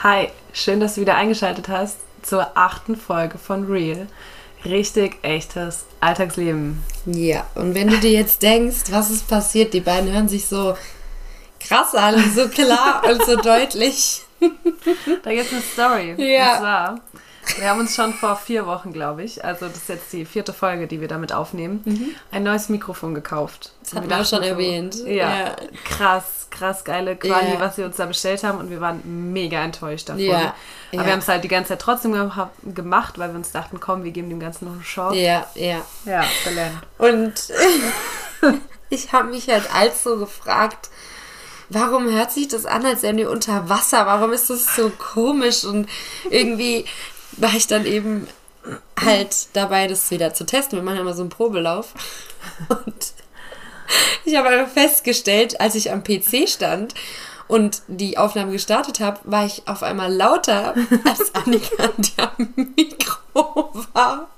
Hi, schön, dass du wieder eingeschaltet hast zur 8. Folge von Real. Richtig echtes Alltagsleben. Ja, und wenn du dir jetzt denkst, was ist passiert, die beiden hören sich so krass an, so klar und so deutlich. Da gibt es eine Story. Ja. Und zwar, wir haben uns schon vor 4 Wochen, glaube ich, also das ist jetzt die 4. Folge, die wir damit aufnehmen, ein neues Mikrofon gekauft. Das hatten wir auch schon erwähnt. Ja, krass geile Quali, Ja. was wir uns da bestellt haben und wir waren mega enttäuscht davon. Ja. Aber wir haben es halt die ganze Zeit trotzdem gemacht, weil wir uns dachten, komm, wir geben dem Ganzen noch eine Chance. Ja. Ja, gelernt. Und ich habe mich halt also gefragt, warum hört sich das an, als wären wir unter Wasser? Warum ist das so komisch? Und irgendwie war ich dann eben halt dabei, das wieder zu testen. Wir machen ja immer so einen Probelauf. Und ich habe einfach festgestellt, als ich am PC stand und die Aufnahme gestartet habe, war ich auf einmal lauter als Annika, die am Mikro war.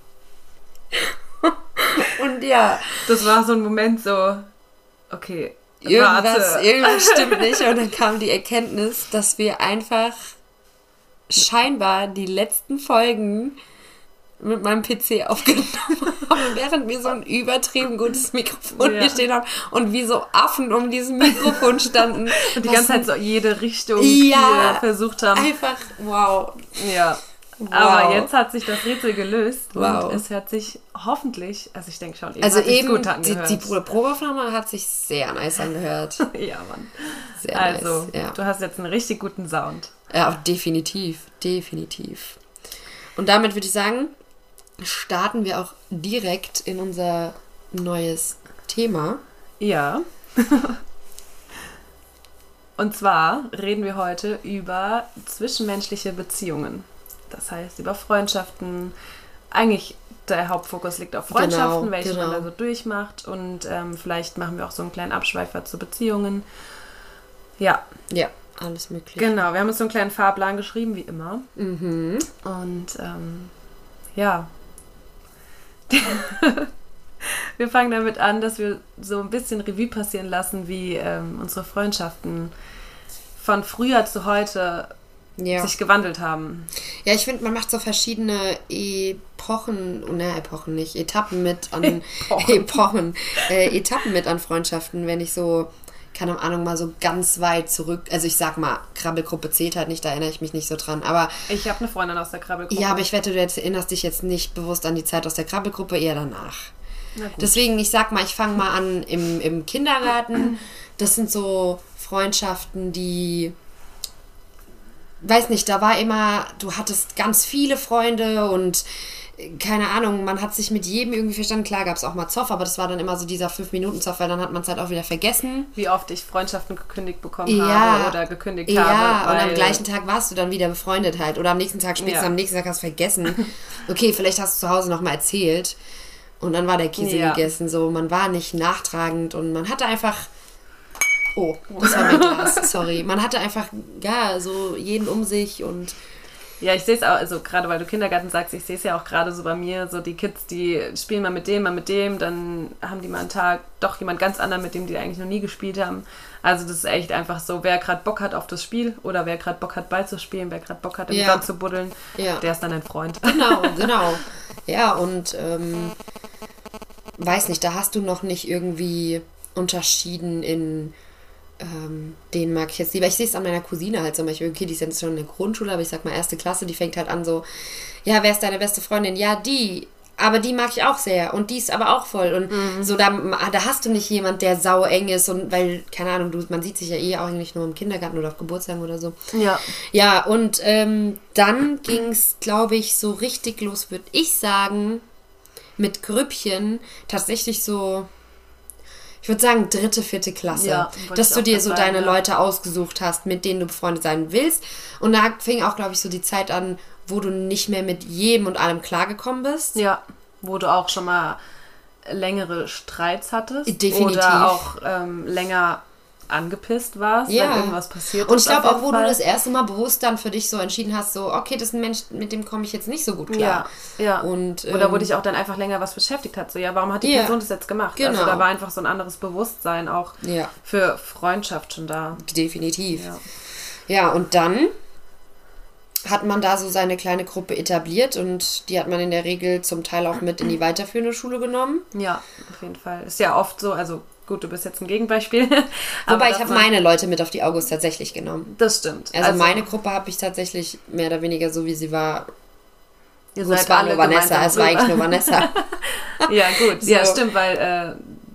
Und ja, Das war so ein Moment so, okay, irgendwas stimmt nicht. Und dann kam die Erkenntnis, dass wir einfach scheinbar die letzten Folgen mit meinem PC aufgenommen haben, während wir so ein übertrieben gutes Mikrofon hier stehen haben und wie so Affen um diesem Mikrofon standen. Und die ganze Zeit so jede Richtung Ja, versucht haben. einfach wow. Ja. Wow. Aber jetzt hat sich das Rätsel gelöst Wow. und es hört sich hoffentlich, also ich denke schon, eben Also hat sich's eben, gut die angehört. Probeaufnahme hat sich sehr nice angehört. Ja, Mann. Sehr Also, nice, ja. du hast jetzt einen richtig guten Sound. Ja, definitiv. Und damit würde ich sagen, starten wir auch direkt in unser neues Thema. Ja. Und zwar reden wir heute über zwischenmenschliche Beziehungen. Das heißt, über Freundschaften. Eigentlich der Hauptfokus liegt auf Freundschaften, welche man da so durchmacht. Und vielleicht machen wir auch so einen kleinen Abschweifer zu Beziehungen. Ja. Ja, alles mögliche. Genau, wir haben uns so einen kleinen Fahrplan geschrieben, wie immer. Mhm. Und ja. Wir fangen damit an, dass wir so ein bisschen Revue passieren lassen, wie unsere Freundschaften von früher zu heute sich gewandelt haben. Ja, ich finde, man macht so verschiedene Etappen mit an Etappen mit an Freundschaften, wenn ich so, keine Ahnung, mal so ganz weit zurück, also ich sag mal, Krabbelgruppe zählt halt nicht, da erinnere ich mich nicht so dran, aber... Ich habe eine Freundin aus der Krabbelgruppe. Ja, aber ich wette, du erinnerst dich jetzt nicht bewusst an die Zeit aus der Krabbelgruppe, eher danach. Na gut. Deswegen, ich sag mal, ich fange mal an im Kindergarten. Das sind so Freundschaften, die... Weiß nicht, da war immer, du hattest ganz viele Freunde und keine Ahnung, man hat sich mit jedem irgendwie verstanden. Klar gab es auch mal Zoff, aber das war dann immer so dieser 5-Minuten-Zoff, weil dann hat man es halt auch wieder vergessen. Wie oft ich Freundschaften gekündigt bekommen habe oder gekündigt habe. Ja, und am gleichen Tag warst du dann wieder befreundet halt. Oder am nächsten Tag spielst du, am nächsten Tag hast du vergessen. Okay, vielleicht hast du zu Hause nochmal erzählt und dann war der Käse gegessen. So, man war nicht nachtragend und man hatte einfach... Oh, das war mein Glas, sorry. Man hatte einfach, ja, so jeden um sich und... Ja, ich sehe es auch, also gerade weil du Kindergarten sagst, ich sehe es ja auch gerade so bei mir, so die Kids, die spielen mal mit dem, dann haben die mal einen Tag doch jemand ganz anderen, mit dem die eigentlich noch nie gespielt haben. Also das ist echt einfach so, wer gerade Bock hat auf das Spiel oder wer gerade Bock hat Ball zu spielen, wer gerade Bock hat im Sand zu buddeln, der ist dann ein Freund. Genau. Ja, und weiß nicht, da hast du noch nicht irgendwie unterschieden in... den mag ich jetzt lieber. Ich sehe es an meiner Cousine halt zum Beispiel. Okay, die ist jetzt schon in der Grundschule, aber ich sag mal 1. Klasse, die fängt halt an so, ja, wer ist deine beste Freundin? Ja, die. Aber die mag ich auch sehr. Und die ist aber auch voll. Und so, da hast du nicht jemand, der sau eng ist. Und weil, keine Ahnung, man sieht sich ja eh auch eigentlich nur im Kindergarten oder auf Geburtstagen oder so. Ja. Ja, und dann ging es, glaube ich, so richtig los, würde ich sagen, mit Grüppchen tatsächlich so... Ich würde sagen 3., 4. Klasse, dass du dir so deine Leute ausgesucht hast, mit denen du befreundet sein willst. Und da fing auch, glaube ich, so die Zeit an, wo du nicht mehr mit jedem und allem klargekommen bist. Ja, wo du auch schon mal längere Streits hattest. Definitiv. Oder auch länger angepisst warst, wenn irgendwas passiert ist. Und ich glaube auch, wo du das erste Mal bewusst dann für dich so entschieden hast, so, okay, das ist ein Mensch, mit dem komme ich jetzt nicht so gut klar. Ja. Und, oder wo dich auch dann einfach länger was beschäftigt hat. So, ja, warum hat die Person das jetzt gemacht? Genau. Also da war einfach so ein anderes Bewusstsein auch für Freundschaft schon da. Definitiv. Ja, und dann hat man da so seine kleine Gruppe etabliert und die hat man in der Regel zum Teil auch mit in die weiterführende Schule genommen. Ja, auf jeden Fall. Ist ja oft so, also gut, du bist jetzt ein Gegenbeispiel. Wobei ich habe meine Leute mit auf die August tatsächlich genommen. Das stimmt. Also meine Gruppe habe ich tatsächlich mehr oder weniger so, wie sie war. Ihr Gut, seid es war alle nur Vanessa, es war eigentlich nur Vanessa. Ja, gut. So. Ja, stimmt, weil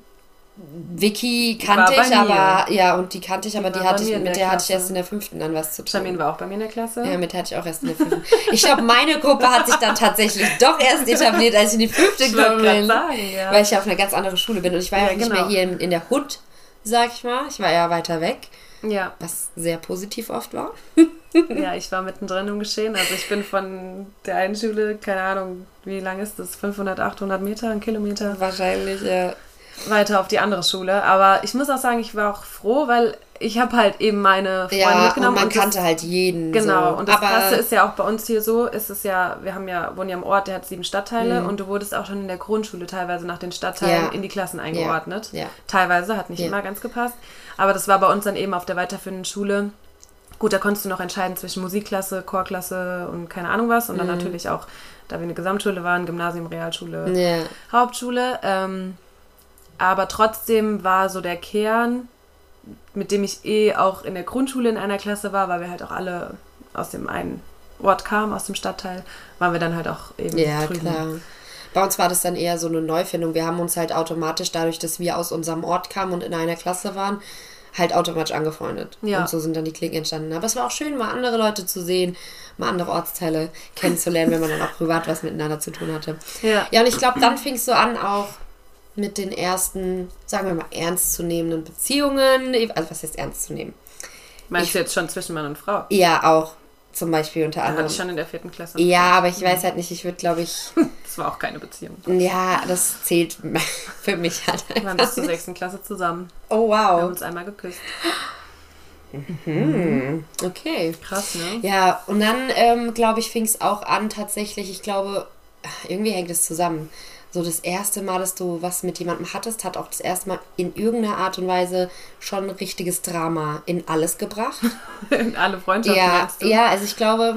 Vicky kannte ich, aber ja, und die kannte ich, aber Die die war hatte bei ich, mir in mit der der hatte ich Klasse. erst in der 5. dann was zu tun. Charmin war auch bei mir in der Klasse. Ja, mit der hatte ich auch erst in der 5. Ich glaube, meine Gruppe hat sich dann tatsächlich doch erst etabliert, als ich in die 5. gekommen bin. Ja. Weil ich ja auf einer ganz anderen Schule bin und ich war ja auch nicht genau. mehr hier in der Hood, sag ich mal. Ich war ja weiter weg, Ja. was sehr positiv oft war. Ja, ich war mittendrin im Geschehen. Also ich bin von der einen Schule, keine Ahnung, wie lang ist das? 500, 800 Meter, ein Kilometer? Wahrscheinlich, ja. Weiter auf die andere Schule. Aber ich muss auch sagen, ich war auch froh, weil ich habe halt eben meine Freunde Ja, mitgenommen. und man kannte halt jeden. Genau, so. und das aber Krasse ist ja auch bei uns hier so, ist es ja, wohnen ja im Ort, der hat 7 Stadtteile und du wurdest auch schon in der Grundschule teilweise nach den Stadtteilen in die Klassen eingeordnet. Ja. Teilweise, hat nicht immer ganz gepasst. Aber das war bei uns dann eben auf der weiterführenden Schule. Gut, da konntest du noch entscheiden zwischen Musikklasse, Chorklasse und keine Ahnung was. Und dann natürlich auch, da wir eine Gesamtschule waren, Gymnasium, Realschule, Hauptschule. Aber trotzdem war so der Kern, mit dem ich auch in der Grundschule in einer Klasse war, weil wir halt auch alle aus dem einen Ort kamen, aus dem Stadtteil, waren wir dann halt auch eben drüben. Klar. Bei uns war das dann eher so eine Neufindung. Wir haben uns halt automatisch, dadurch, dass wir aus unserem Ort kamen und in einer Klasse waren, halt automatisch angefreundet. Ja. Und so sind dann die Klicken entstanden. Aber es war auch schön, mal andere Leute zu sehen, mal andere Ortsteile kennenzulernen, wenn man dann auch privat was miteinander zu tun hatte. Ja. Ja, und ich glaube, dann fing es so an, auch mit den ersten, sagen wir mal, ernstzunehmenden Beziehungen. Also was heißt ernst zu nehmen? Meinst du jetzt schon zwischen Mann und Frau? Ja, auch. Zum Beispiel unter Hatte anderem. ich schon in der 4. Klasse. Ja, aber ich weiß halt nicht, ich würde, glaube ich... Das war auch keine Beziehung. Ja, das zählt für mich halt Wir waren bis zur 6. Klasse zusammen. Oh, Wir haben wow. uns einmal geküsst. Okay. Krass, ne? Ja, und dann, glaube ich, fing es auch an tatsächlich, ich glaube, irgendwie hängt es zusammen. So das erste Mal, dass du was mit jemandem hattest, hat auch das erste Mal in irgendeiner Art und Weise schon ein richtiges Drama in alles gebracht. In alle Freundschaften, Ja, meinst du? ja, also ich glaube,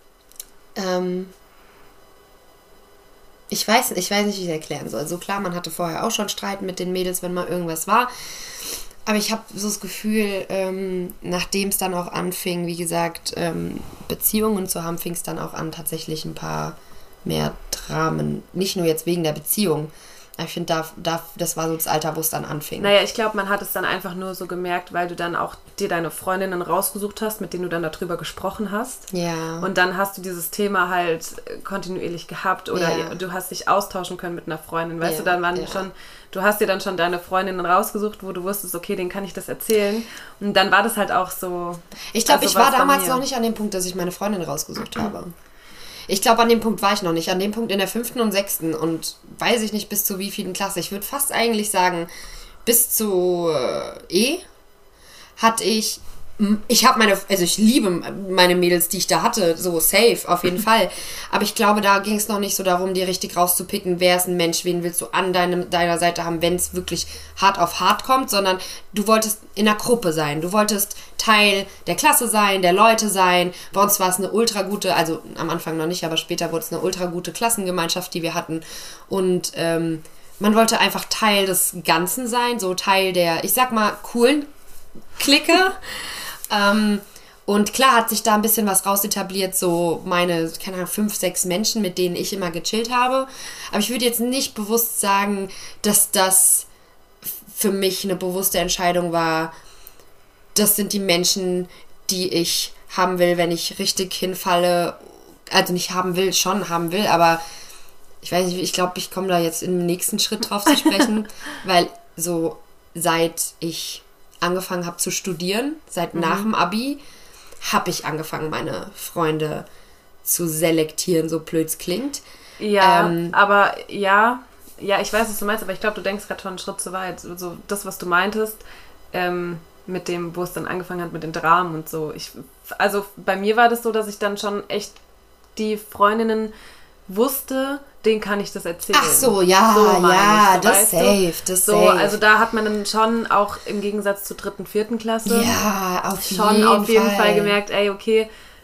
ich weiß nicht, wie ich es erklären soll. Also klar, man hatte vorher auch schon Streit mit den Mädels, wenn mal irgendwas war. Aber ich habe so das Gefühl, nachdem es dann auch anfing, wie gesagt, Beziehungen zu haben, fing es dann auch an, tatsächlich ein paar mehr Dramen. Nicht nur jetzt wegen der Beziehung. Aber ich finde, das war so das Alter, wo es dann anfing. Naja, ich glaube, man hat es dann einfach nur so gemerkt, weil du dann auch dir deine Freundinnen rausgesucht hast, mit denen du dann darüber gesprochen hast. Ja. Und dann hast du dieses Thema halt kontinuierlich gehabt oder du hast dich austauschen können mit einer Freundin. Weißt du, dann waren du hast dir dann schon deine Freundinnen rausgesucht, wo du wusstest, okay, denen kann ich das erzählen. Und dann war das halt auch so... Ich glaube, also ich war was bei damals mir. noch nicht an dem Punkt, dass ich meine Freundin rausgesucht habe. Ich glaube, an dem Punkt war ich noch nicht. An dem Punkt in der 5. und 6. und weiß ich nicht, bis zu wie vielen Klasse. Ich würde fast eigentlich sagen, bis zu E hatte ich ich liebe meine Mädels, die ich da hatte, so safe, auf jeden Fall. Aber ich glaube, da ging es noch nicht so darum, dir richtig rauszupicken, wer ist ein Mensch, wen willst du an deiner Seite haben, wenn es wirklich hart auf hart kommt, sondern du wolltest in einer Gruppe sein. Du wolltest Teil der Klasse sein, der Leute sein. Bei uns war es eine ultra gute, also am Anfang noch nicht, aber später wurde es eine ultra gute Klassengemeinschaft, die wir hatten. Und man wollte einfach Teil des Ganzen sein, so Teil der, ich sag mal, coolen Clique. Und klar hat sich da ein bisschen was raus etabliert, so meine, keine Ahnung, 5, 6 Menschen, mit denen ich immer gechillt habe. Aber ich würde jetzt nicht bewusst sagen, dass das für mich eine bewusste Entscheidung war. Das sind die Menschen, die ich haben will, wenn ich richtig hinfalle. Also nicht haben will, schon haben will, aber ich weiß nicht, ich glaube, ich komme da jetzt im nächsten Schritt drauf zu sprechen, weil so seit ich angefangen habe zu studieren, seit nach dem Abi, habe ich angefangen, meine Freunde zu selektieren, so blöd es klingt. Ja, aber ich weiß, was du meinst, aber ich glaube, du denkst gerade schon einen Schritt zu weit. So, das, was du meintest, mit dem, wo es dann angefangen hat mit den Dramen und so. Also bei mir war das so, dass ich dann schon echt die Freundinnen wusste, denen kann ich das erzählen. Ach so, ja, so ja, ich, so, das safe, das so, safe. also da hat man dann schon auch im Gegensatz zur 3., 4. Klasse ja, auf schon auf jeden Fall gemerkt, ey, okay,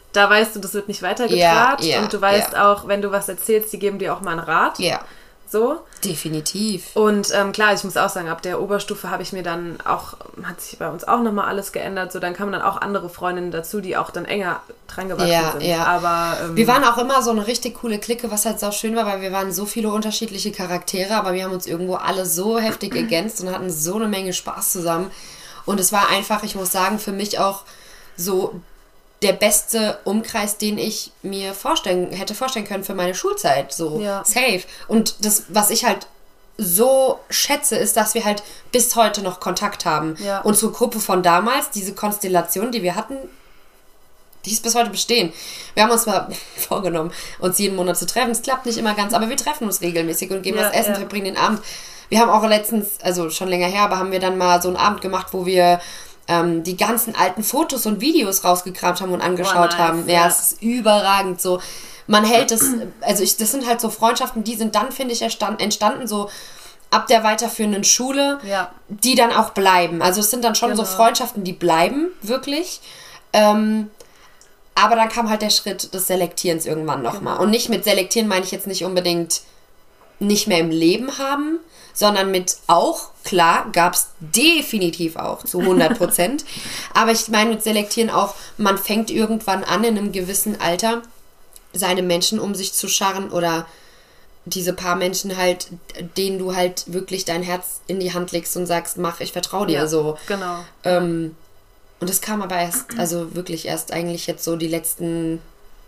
da weißt du, das wird nicht weitergetratscht und du weißt auch, wenn du was erzählst, die geben dir auch mal einen Rat. Ja. So. Definitiv. Und klar, ich muss auch sagen, ab der Oberstufe habe ich mir dann auch, hat sich bei uns auch nochmal alles geändert, so dann kamen dann auch andere Freundinnen dazu, die auch dann enger dran gewachsen sind. Ja. Aber wir waren auch immer so eine richtig coole Clique, was halt so schön war, weil wir waren so viele unterschiedliche Charaktere, aber wir haben uns irgendwo alle so heftig ergänzt und hatten so eine Menge Spaß zusammen. Und es war einfach, ich muss sagen, für mich auch so der beste Umkreis, den ich mir hätte vorstellen können für meine Schulzeit. So safe. Und das, was ich halt so schätze, ist, dass wir halt bis heute noch Kontakt haben. Ja. Unsere Gruppe von damals, diese Konstellation, die wir hatten, die ist bis heute bestehen. Wir haben uns mal vorgenommen, uns jeden Monat zu treffen. Es klappt nicht immer ganz, aber wir treffen uns regelmäßig und gehen was essen, verbringen den Abend. Wir haben auch letztens, also schon länger her, aber haben wir dann mal so einen Abend gemacht, wo wir die ganzen alten Fotos und Videos rausgekramt haben und angeschaut haben. Ja, es ist überragend so. Man hält es, also das sind halt so Freundschaften, die sind dann, finde ich, entstanden, so ab der weiterführenden Schule, die dann auch bleiben. Also es sind dann schon so Freundschaften, die bleiben, wirklich. Aber dann kam halt der Schritt des Selektierens irgendwann nochmal. Und nicht mit Selektieren meine ich jetzt nicht unbedingt nicht mehr im Leben haben, sondern mit auch, klar, gab es definitiv auch zu 100%. Aber ich meine mit Selektieren auch, man fängt irgendwann an, in einem gewissen Alter seine Menschen um sich zu scharren oder diese paar Menschen halt, denen du halt wirklich dein Herz in die Hand legst und sagst, mach, ich vertraue dir, so. Genau. Und das kam aber erst, also wirklich erst eigentlich jetzt so die letzten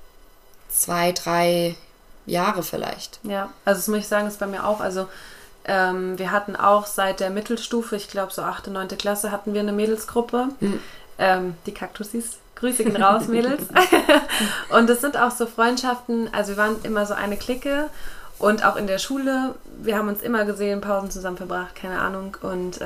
2, 3 Jahre vielleicht. Ja, also das muss ich sagen, ist bei mir auch, also wir hatten auch seit der Mittelstufe, ich glaube so 8., 9. Klasse, hatten wir eine Mädelsgruppe, die Kaktusis. Grüße gehen raus, Mädels. Und das sind auch so Freundschaften, also wir waren immer so eine Clique und auch in der Schule, wir haben uns immer gesehen, Pausen zusammen verbracht, keine Ahnung. Und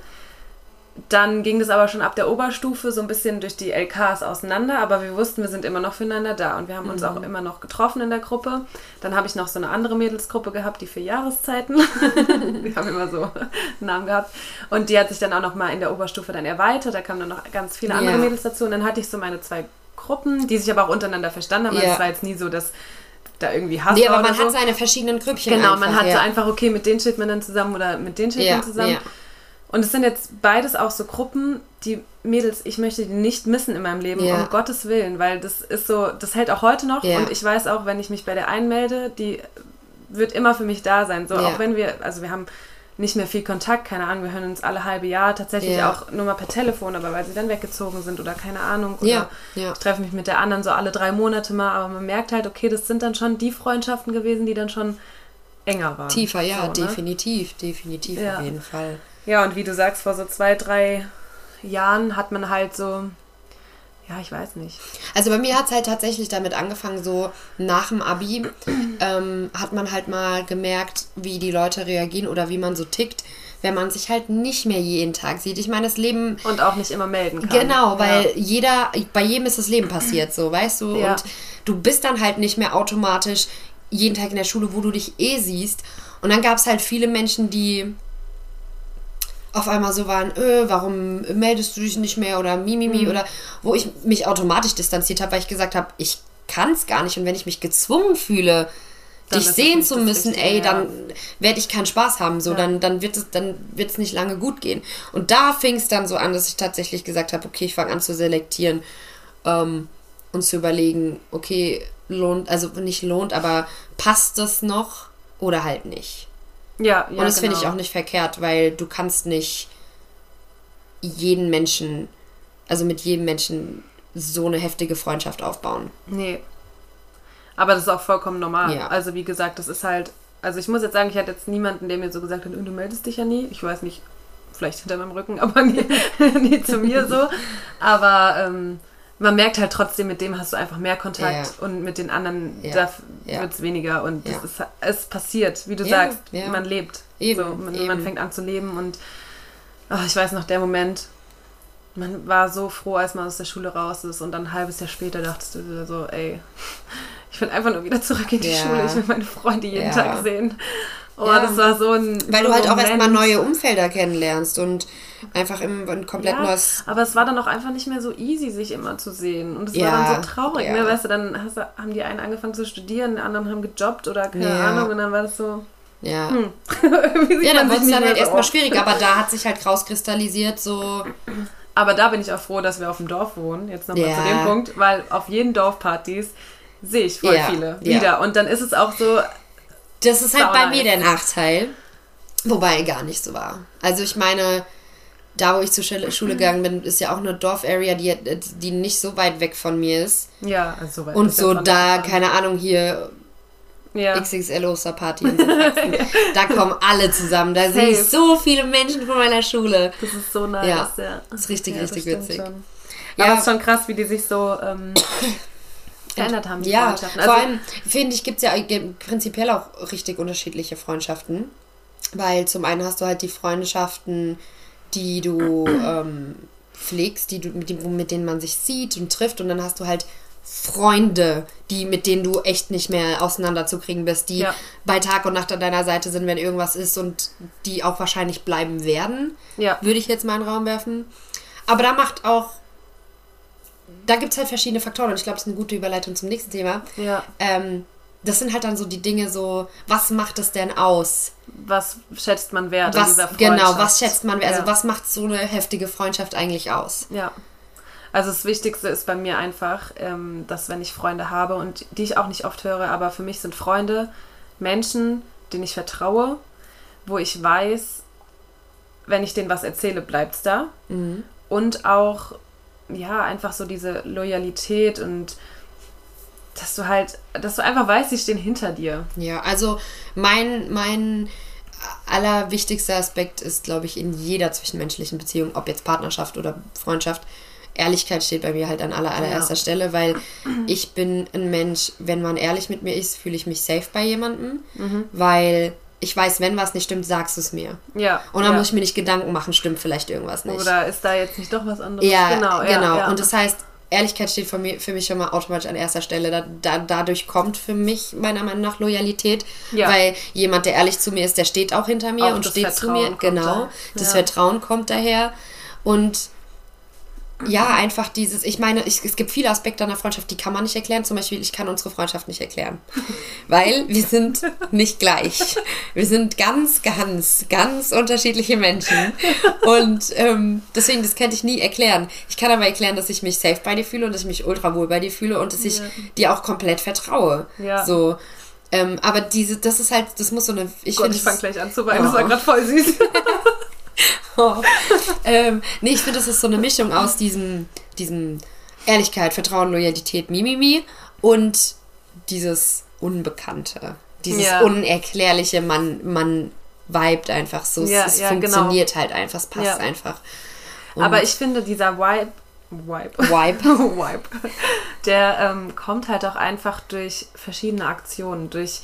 dann ging das aber schon ab der Oberstufe so ein bisschen durch die LKs auseinander, aber wir wussten, wir sind immer noch füreinander da und wir haben uns auch immer noch getroffen in der Gruppe. Dann habe ich noch so eine andere Mädelsgruppe gehabt, die 4 Jahreszeiten. Wir haben immer so einen Namen gehabt. Und die hat sich dann auch noch mal in der Oberstufe dann erweitert, da kamen dann noch ganz viele andere Mädels dazu und dann hatte ich so meine 2 Gruppen, die sich aber auch untereinander verstanden haben, also es war jetzt nie so, dass da irgendwie Hass aber man so. hat seine verschiedenen Grüppchen Genau, einfach, man hat so einfach, okay, mit denen steht man dann zusammen oder mit denen steht man zusammen. Ja. Und es sind jetzt beides auch so Gruppen, die Mädels, ich möchte die nicht missen in meinem Leben, um Gottes Willen, weil das ist so, das hält auch heute noch und ich weiß auch, wenn ich mich bei der einen melde, die wird immer für mich da sein, so auch wenn wir, also wir haben nicht mehr viel Kontakt, keine Ahnung, wir hören uns alle halbe Jahr, tatsächlich auch nur mal per Telefon, aber weil sie dann weggezogen sind oder keine Ahnung, oder ich treffe mich mit der anderen so alle 3 Monate mal, aber man merkt halt, okay, das sind dann schon die Freundschaften gewesen, die dann schon enger waren. Tiefer, so, ne? definitiv auf jeden Fall. Ja, und wie du sagst, vor so 2, 3 Jahren hat man halt so, ja, ich weiß nicht. Also bei mir hat es halt tatsächlich damit angefangen, so nach dem Abi hat man halt mal gemerkt, wie die Leute reagieren oder wie man so tickt, wenn man sich halt nicht mehr jeden Tag sieht. Ich meine, das Leben... Und auch nicht immer melden kann. Genau, weil bei jedem ist das Leben passiert, so, weißt du? Ja. Und du bist dann halt nicht mehr automatisch jeden Tag in der Schule, wo du dich siehst. Und dann gab es halt viele Menschen, die auf einmal so waren, warum meldest du dich nicht mehr oder mimimi oder wo ich mich automatisch distanziert habe, weil ich gesagt habe, ich kann es gar nicht und wenn ich mich gezwungen fühle, dann dich sehen zu müssen, dann werde ich keinen Spaß haben, so dann wird es nicht lange gut gehen. Und da fing es dann so an, dass ich tatsächlich gesagt habe, okay, ich fange an zu selektieren und zu überlegen, okay, aber passt das noch oder halt nicht. Ja, und das finde ich auch nicht verkehrt, weil du kannst nicht mit jedem Menschen so eine heftige Freundschaft aufbauen. Nee. Aber das ist auch vollkommen normal. Ja. Also wie gesagt, das ist halt, also ich muss jetzt sagen, ich hatte jetzt niemanden, der mir so gesagt hat, du meldest dich ja nie. Ich weiß nicht, vielleicht hinter meinem Rücken, aber nie zu mir so. Aber man merkt halt trotzdem, mit dem hast du einfach mehr Kontakt und mit den anderen wird es weniger und es passiert, wie du sagst, man lebt. Eben, so, man fängt an zu leben und ich weiß noch, der Moment, man war so froh, als man aus der Schule raus ist und dann ein halbes Jahr später dachtest du dir so, ey, ich will einfach nur wieder zurück in die Schule, ich will meine Freunde jeden Tag sehen. Oh, das war so ein Weil du halt auch Moment. erstmal neue Umfelder kennenlernst und einfach ein komplett neues... Aber es war dann auch einfach nicht mehr so easy, sich immer zu sehen. Und es Ja, war dann so traurig. ja. Ne? Weißt du, dann haben die einen angefangen zu studieren, die anderen haben gejobbt oder keine Ahnung. Und dann war das so... Ja, Irgendwie sieht ja, man dann wird sich es nicht dann mehr halt so erstmal oft. schwierig, aber da hat sich halt rauskristallisiert so... Aber da bin ich auch froh, dass wir auf dem Dorf wohnen. Jetzt nochmal Ja. zu dem Punkt. Weil auf jeden Dorfpartys sehe ich voll viele wieder. Ja. Und dann ist es auch so... Das ist halt bei Sau mir nice. der Nachteil, wobei gar nicht so war. Also ich meine, da wo ich zur Schule gegangen bin, ist ja auch eine Dorfarea, die nicht so weit weg von mir ist. Ja, also so weit Und ist so jetzt auch da, nicht keine Ahnung, hier ja. XXL Osterparty und so. Da kommen alle zusammen. Da sehe ich Safe. so viele Menschen von meiner Schule. Das ist so nice. Ja, Ja. das ist richtig, Ja, das richtig stimmt witzig. schon. Ja. Aber es ist schon krass, wie die sich so verändert haben, die Ja, Freundschaften. vor Also, allem finde ich, gibt es ja prinzipiell auch richtig unterschiedliche Freundschaften. Weil zum einen hast du halt die Freundschaften, die du pflegst, mit denen man sich sieht und trifft. Und dann hast du halt Freunde, mit denen du echt nicht mehr auseinanderzukriegen bist, die bei Tag und Nacht an deiner Seite sind, wenn irgendwas ist und die auch wahrscheinlich bleiben werden. ja. Würde ich jetzt mal in den Raum werfen. Aber da gibt es halt verschiedene Faktoren und ich glaube, das ist eine gute Überleitung zum nächsten Thema. Ja. Das sind halt dann so die Dinge so, was macht es denn aus? Was schätzt man wert an dieser Freundschaft? Genau, was schätzt man wert? Ja. Also was macht so eine heftige Freundschaft eigentlich aus? Ja. Also das Wichtigste ist bei mir einfach, dass wenn ich Freunde habe und die ich auch nicht oft höre, aber für mich sind Freunde Menschen, denen ich vertraue, wo ich weiß, wenn ich denen was erzähle, bleibt's da. Mhm. Und auch, ja, einfach so diese Loyalität und dass du einfach weißt, sie stehen hinter dir. Ja, also mein allerwichtigster Aspekt ist, glaube ich, in jeder zwischenmenschlichen Beziehung, ob jetzt Partnerschaft oder Freundschaft, Ehrlichkeit steht bei mir halt an allererster Stelle, weil ich bin ein Mensch, wenn man ehrlich mit mir ist, fühle ich mich safe bei jemandem, weil ich weiß, wenn was nicht stimmt, sagst du es mir. Ja. Und dann muss ich mir nicht Gedanken machen, stimmt vielleicht irgendwas nicht. Oder ist da jetzt nicht doch was anderes? Ja, genau. Ja. Und das heißt, Ehrlichkeit steht für mich schon mal automatisch an erster Stelle. Dadurch kommt für mich meiner Meinung nach Loyalität, weil jemand, der ehrlich zu mir ist, der steht auch hinter mir Auch und das steht zu mir. Vertrauen kommt Genau, da. das Ja. Vertrauen kommt daher und ja, einfach ich meine, es gibt viele Aspekte einer Freundschaft, die kann man nicht erklären. Zum Beispiel, ich kann unsere Freundschaft nicht erklären. Weil wir sind nicht gleich. Wir sind ganz, ganz, ganz unterschiedliche Menschen. Und deswegen, das könnte ich nie erklären. Ich kann aber erklären, dass ich mich safe bei dir fühle und dass ich mich ultra wohl bei dir fühle und dass ich dir auch komplett vertraue. Ja. So. Aber das ist halt, das muss so eine... Ich fange gleich an zu weinen, das war gerade voll süß. Nee, ich finde, das ist so eine Mischung aus diesem Ehrlichkeit, Vertrauen, Loyalität, Mimimi und dieses Unbekannte, dieses Unerklärliche, man vibet einfach so, es funktioniert halt einfach, es passt einfach. Und aber ich finde, dieser Vibe, der kommt halt auch einfach durch verschiedene Aktionen, durch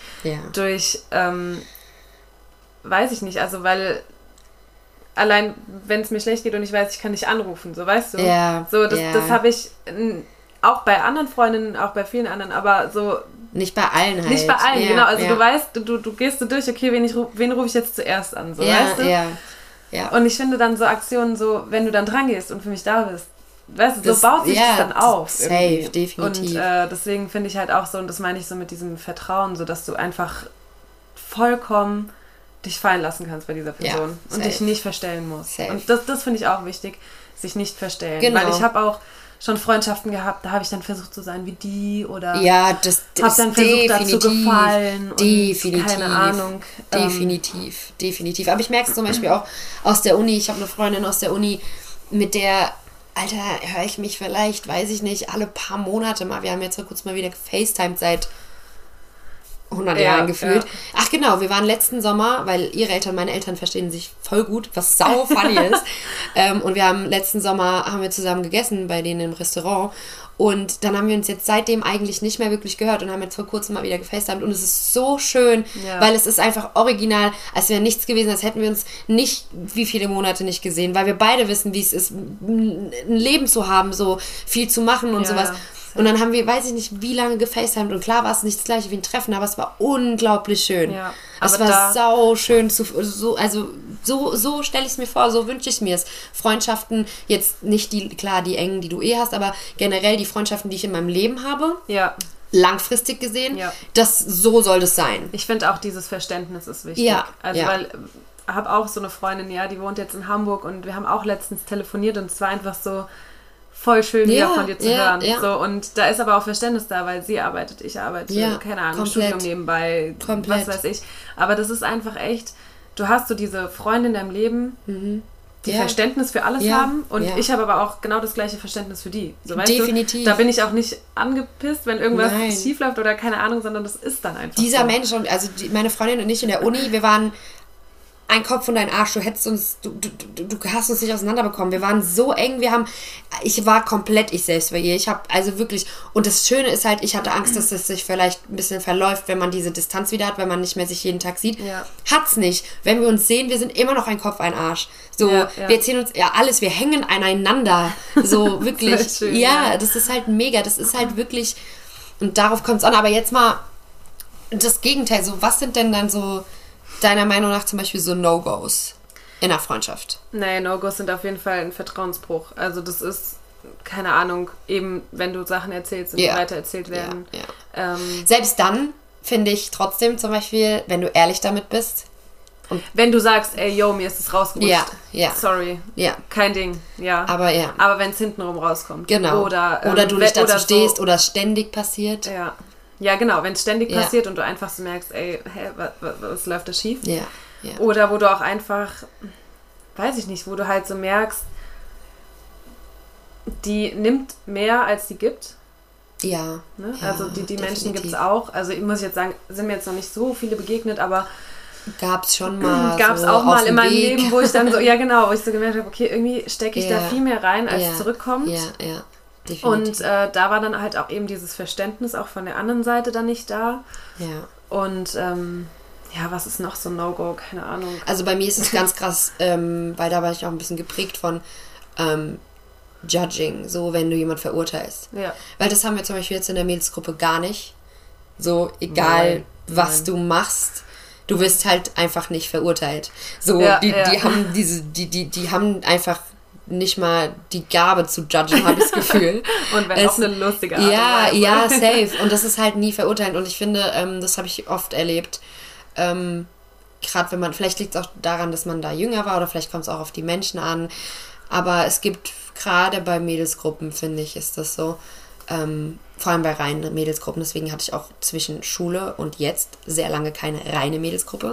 weiß ich nicht, also weil allein, wenn es mir schlecht geht und ich weiß, ich kann dich anrufen, so, weißt du? Ja. So, das habe ich auch bei anderen Freundinnen, auch bei vielen anderen, aber so... Nicht bei allen halt. Nicht bei allen, genau. Also du weißt, du gehst so durch, okay, wen rufe ich jetzt zuerst an, so, weißt du? Ja. Und ich finde dann so Aktionen so, wenn du dann dran gehst und für mich da bist, weißt du, so baut sich das dann auf. Safe, irgendwie. definitiv. Und deswegen finde ich halt auch so, und das meine ich so mit diesem Vertrauen, so dass du einfach vollkommen dich fallen lassen kannst bei dieser Person und dich nicht verstellen musst. Safe. Und das finde ich auch wichtig, sich nicht verstellen. Genau. Weil ich habe auch schon Freundschaften gehabt, da habe ich dann versucht zu sein wie die oder das habe dann versucht, da zu gefallen definitiv, und keine Ahnung. Definitiv. Aber ich merke es zum Beispiel auch aus der Uni. Ich habe eine Freundin aus der Uni, mit der, Alter, höre ich mich vielleicht, weiß ich nicht, alle paar Monate mal. Wir haben jetzt vor kurzem mal wieder gefacetimed seit 100 Jahren gefühlt. Ja. Ach genau, wir waren letzten Sommer, weil meine Eltern verstehen sich voll gut, was sau funny ist. Und wir haben letzten Sommer zusammen gegessen bei denen im Restaurant. Und dann haben wir uns jetzt seitdem eigentlich nicht mehr wirklich gehört und haben jetzt vor kurzem mal wieder gefacetimed. Und es ist so schön, weil es ist einfach original, als wäre nichts gewesen, als hätten wir uns nicht wie viele Monate nicht gesehen, weil wir beide wissen, wie es ist, ein Leben zu haben, so viel zu machen und sowas. Und dann haben wir, weiß ich nicht, wie lange gefacetimed und klar war es nicht das gleiche wie ein Treffen, aber es war unglaublich schön. Ja. Es war sau schön, so stelle ich es mir vor, so wünsche ich mir es. Freundschaften, jetzt nicht die engen, die du hast, aber generell die Freundschaften, die ich in meinem Leben habe. Ja. Langfristig gesehen, so soll das sein. Ich finde auch, dieses Verständnis ist wichtig. Ja. Also, weil ich habe auch so eine Freundin, die wohnt jetzt in Hamburg und wir haben auch letztens telefoniert und es war einfach so voll schön, wieder von dir zu hören. Ja. So, und da ist aber auch Verständnis da, weil sie arbeitet, ich arbeite, keine Ahnung, Studium nebenbei, was weiß ich. Aber das ist einfach echt, du hast so diese Freunde in deinem Leben, die Verständnis für alles haben und ich habe aber auch genau das gleiche Verständnis für die. So, weißt Definitiv. Du, da bin ich auch nicht angepisst, wenn irgendwas schief läuft oder keine Ahnung, sondern das ist dann einfach dieser so. Mensch, also meine Freundin und ich in der Uni, wir waren ein Kopf und ein Arsch, du hast uns nicht auseinanderbekommen. Wir waren so eng, ich war komplett ich selbst bei ihr. Ich habe also wirklich, und das Schöne ist halt, ich hatte Angst, dass es sich vielleicht ein bisschen verläuft, wenn man diese Distanz wieder hat, wenn man nicht mehr sich jeden Tag sieht. Ja. Hat's nicht. Wenn wir uns sehen, wir sind immer noch ein Kopf, ein Arsch. So, wir erzählen uns alles, wir hängen aneinander. So, wirklich. Das schön, das ist halt mega, das ist halt wirklich, und darauf kommt es an. Aber jetzt mal das Gegenteil, so, was sind denn dann so deiner Meinung nach zum Beispiel so No-Gos in einer Freundschaft? Nee, No-Gos sind auf jeden Fall ein Vertrauensbruch. Also das ist, keine Ahnung, eben wenn du Sachen erzählst und die weitererzählt werden. Ja. Selbst dann finde ich trotzdem zum Beispiel, wenn du ehrlich damit bist. Und wenn du sagst, ey, yo, mir ist es rausgerutscht. Ja. Sorry. Ja. Kein Ding. Ja. Aber wenn es hintenrum rauskommt. Genau. Oder du nicht dazu stehst so, oder es ständig passiert. Ja. Ja, genau, wenn es ständig passiert und du einfach so merkst, ey, was läuft da schief? Ja. Oder wo du auch einfach, weiß ich nicht, wo du halt so merkst, die nimmt mehr, als sie gibt. Ja. Ne? Also die Menschen gibt es auch. Also ich muss jetzt sagen, sind mir jetzt noch nicht so viele begegnet, aber gab's schon mal. Gab's auch mal in meinem Leben, wo ich dann so, wo ich so gemerkt habe, okay, irgendwie stecke ich da viel mehr rein, als zurückkommt. Ja. Definitiv. Und da war dann halt auch eben dieses Verständnis auch von der anderen Seite dann nicht da. Ja. Und was ist noch so ein No-Go? Keine Ahnung. Also bei mir ist es ganz krass, weil da war ich auch ein bisschen geprägt von Judging, so wenn du jemand verurteilst. Ja. Weil das haben wir zum Beispiel jetzt in der Mädelsgruppe gar nicht. So, was du machst, du wirst halt einfach nicht verurteilt. So, die haben die haben einfach nicht mal die Gabe zu judgen, habe ich das Gefühl. Und wenn auch eine lustige Art. Ja, safe. Und das ist halt nie verurteilt. Und ich finde, das habe ich oft erlebt, gerade wenn man, vielleicht liegt es auch daran, dass man da jünger war oder vielleicht kommt es auch auf die Menschen an, aber es gibt gerade bei Mädelsgruppen, finde ich, ist das so, vor allem bei reinen Mädelsgruppen, deswegen hatte ich auch zwischen Schule und jetzt sehr lange keine reine Mädelsgruppe,